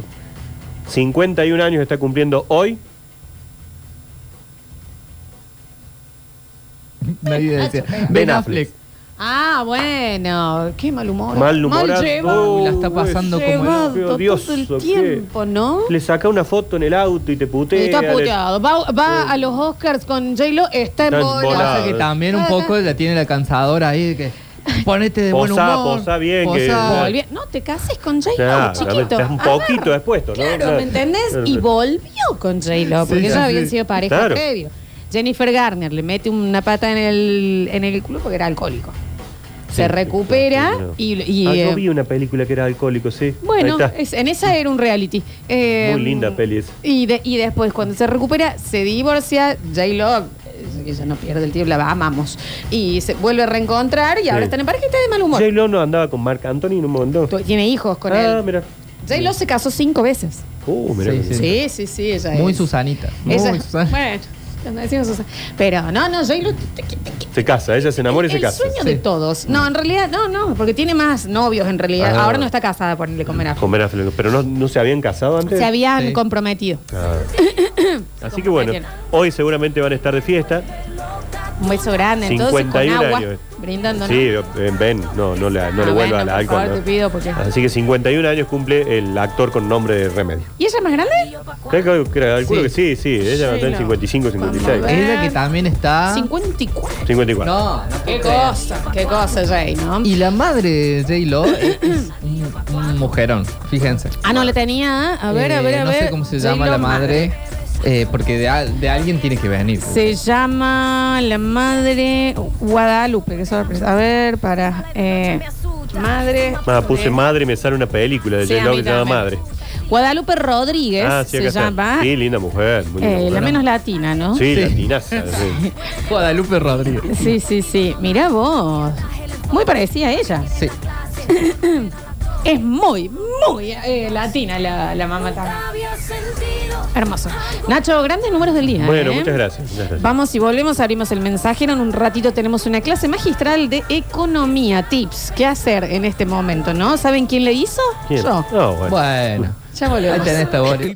Speaker 2: 51 años está cumpliendo hoy.
Speaker 3: Nadie decía.
Speaker 1: Ben
Speaker 3: Ben
Speaker 2: Affleck.
Speaker 3: Affleck.
Speaker 1: Ah, bueno. Qué mal humor.
Speaker 2: Malhumorado.
Speaker 1: Mal llevado.
Speaker 3: Uy, la está pasando como el-
Speaker 1: Llevado
Speaker 2: Dios,
Speaker 1: todo el
Speaker 2: ¿o qué?
Speaker 1: tiempo, ¿no?
Speaker 2: Le saca una foto en el auto y te putea.
Speaker 1: Está puteado. Va a los Oscars con J-Lo, está
Speaker 2: Está
Speaker 1: embolado.
Speaker 2: embolado.
Speaker 3: Pasa que también un poco la tiene la cansadora ahí de que ponete de buen
Speaker 2: Posá,
Speaker 3: humor.
Speaker 2: posá bien, que-
Speaker 3: posá.
Speaker 1: No te cases con J-Lo,
Speaker 2: Claro,
Speaker 1: chiquito.
Speaker 2: estás un poquito expuesto, ¿no?
Speaker 1: Claro,
Speaker 2: Claro.
Speaker 1: ¿me entendés? Y volvió con J-Lo, porque
Speaker 3: Sí,
Speaker 1: ellos
Speaker 3: sí,
Speaker 1: habían
Speaker 3: sí.
Speaker 1: sido pareja
Speaker 2: Claro.
Speaker 1: previo. Jennifer Garner le mete una pata en el culo porque era alcohólico. Se recupera
Speaker 2: Sí, no.
Speaker 1: y
Speaker 2: yo vi una película que era alcohólico, sí.
Speaker 1: bueno,
Speaker 2: Ahí está.
Speaker 1: en esa era un reality.
Speaker 2: Muy linda peli esa.
Speaker 1: Y después, cuando se recupera, se divorcia. J-Lo, ella no pierde el tiempo, la amamos. Y se vuelve a reencontrar y ahora
Speaker 2: Sí.
Speaker 1: están en pareja y está de mal humor.
Speaker 2: J-Lo no andaba con Marc Anthony en un momento.
Speaker 1: Tiene hijos con
Speaker 2: Ah,
Speaker 1: él.
Speaker 2: mira.
Speaker 1: J-Lo se casó 5 veces.
Speaker 2: Mira.
Speaker 3: Sí,
Speaker 1: Sí, ella
Speaker 3: Muy
Speaker 1: es.
Speaker 3: Susanita. Muy
Speaker 1: Ella-
Speaker 3: Susanita.
Speaker 1: Bueno, cuando decimos Susana. Pero no, J-Lo.
Speaker 2: Se casa, ella se enamora y se
Speaker 1: El
Speaker 2: casa.
Speaker 1: sueño de
Speaker 3: Sí.
Speaker 1: todos. No, en realidad, no, porque tiene más novios en realidad.
Speaker 2: Ah.
Speaker 1: Ahora no está casada, por con Ben Affleck.
Speaker 2: Con Ben Affleck. Pero no se habían casado antes.
Speaker 1: Se habían
Speaker 3: Sí.
Speaker 1: comprometido.
Speaker 2: Ah. Así que bueno, hoy seguramente van a estar de fiesta.
Speaker 1: Un beso grande, entonces, con
Speaker 2: 51
Speaker 1: agua,
Speaker 2: años.
Speaker 1: brindando, ¿no?
Speaker 2: Sí, Ben, no le
Speaker 1: bueno,
Speaker 2: vuelva al
Speaker 1: por
Speaker 2: alcohol.
Speaker 1: favor,
Speaker 2: ¿no?
Speaker 1: te pido, porque-
Speaker 2: Así que 51 años cumple el actor con nombre de Remedio.
Speaker 1: ¿Y ella es más grande?
Speaker 2: Calculo que
Speaker 3: Sí.
Speaker 2: sí, ella
Speaker 1: Sí,
Speaker 2: está en
Speaker 1: no.
Speaker 2: 55, 56.
Speaker 1: Vamos a ver.
Speaker 3: Ella que también está.
Speaker 1: 54.
Speaker 2: 54.
Speaker 3: No,
Speaker 1: Qué cosa, Jay, ¿no?
Speaker 3: Y la madre de J-Lo es un mujerón, fíjense.
Speaker 1: Ah, no, la tenía. A ver.
Speaker 3: No sé cómo se llama
Speaker 1: J-Lo
Speaker 3: la madre, porque de alguien tiene que venir.
Speaker 1: Se llama la madre Guadalupe. Qué sorpresa. A ver, madre.
Speaker 2: Puse
Speaker 1: de-
Speaker 2: madre y me sale una película de
Speaker 1: Sí, a
Speaker 2: J-Lo
Speaker 1: mí
Speaker 2: que se llama
Speaker 1: también.
Speaker 2: Madre.
Speaker 1: Guadalupe Rodríguez
Speaker 2: Sí,
Speaker 1: se
Speaker 2: acá está.
Speaker 1: llama.
Speaker 2: Sí, linda mujer. Muy linda
Speaker 1: La
Speaker 2: mujer.
Speaker 1: menos latina, ¿no?
Speaker 2: Sí,
Speaker 3: Sí.
Speaker 2: latinaza. Sí.
Speaker 3: Guadalupe Rodríguez.
Speaker 1: Sí. Mirá vos. Muy parecida a ella.
Speaker 3: Sí.
Speaker 1: Es muy latina la mamá también. Hermoso. Nacho, grandes números del día.
Speaker 2: Bueno, muchas gracias.
Speaker 1: Vamos y volvemos, abrimos el mensajero. En un ratito tenemos una clase magistral de economía, tips. ¿Qué hacer en este momento, no? ¿Saben quién le hizo?
Speaker 2: ¿Quién?
Speaker 1: Yo.
Speaker 2: No, bueno.
Speaker 3: Bueno.
Speaker 1: Ya volvemos.
Speaker 3: Ahí tenés esta Boris.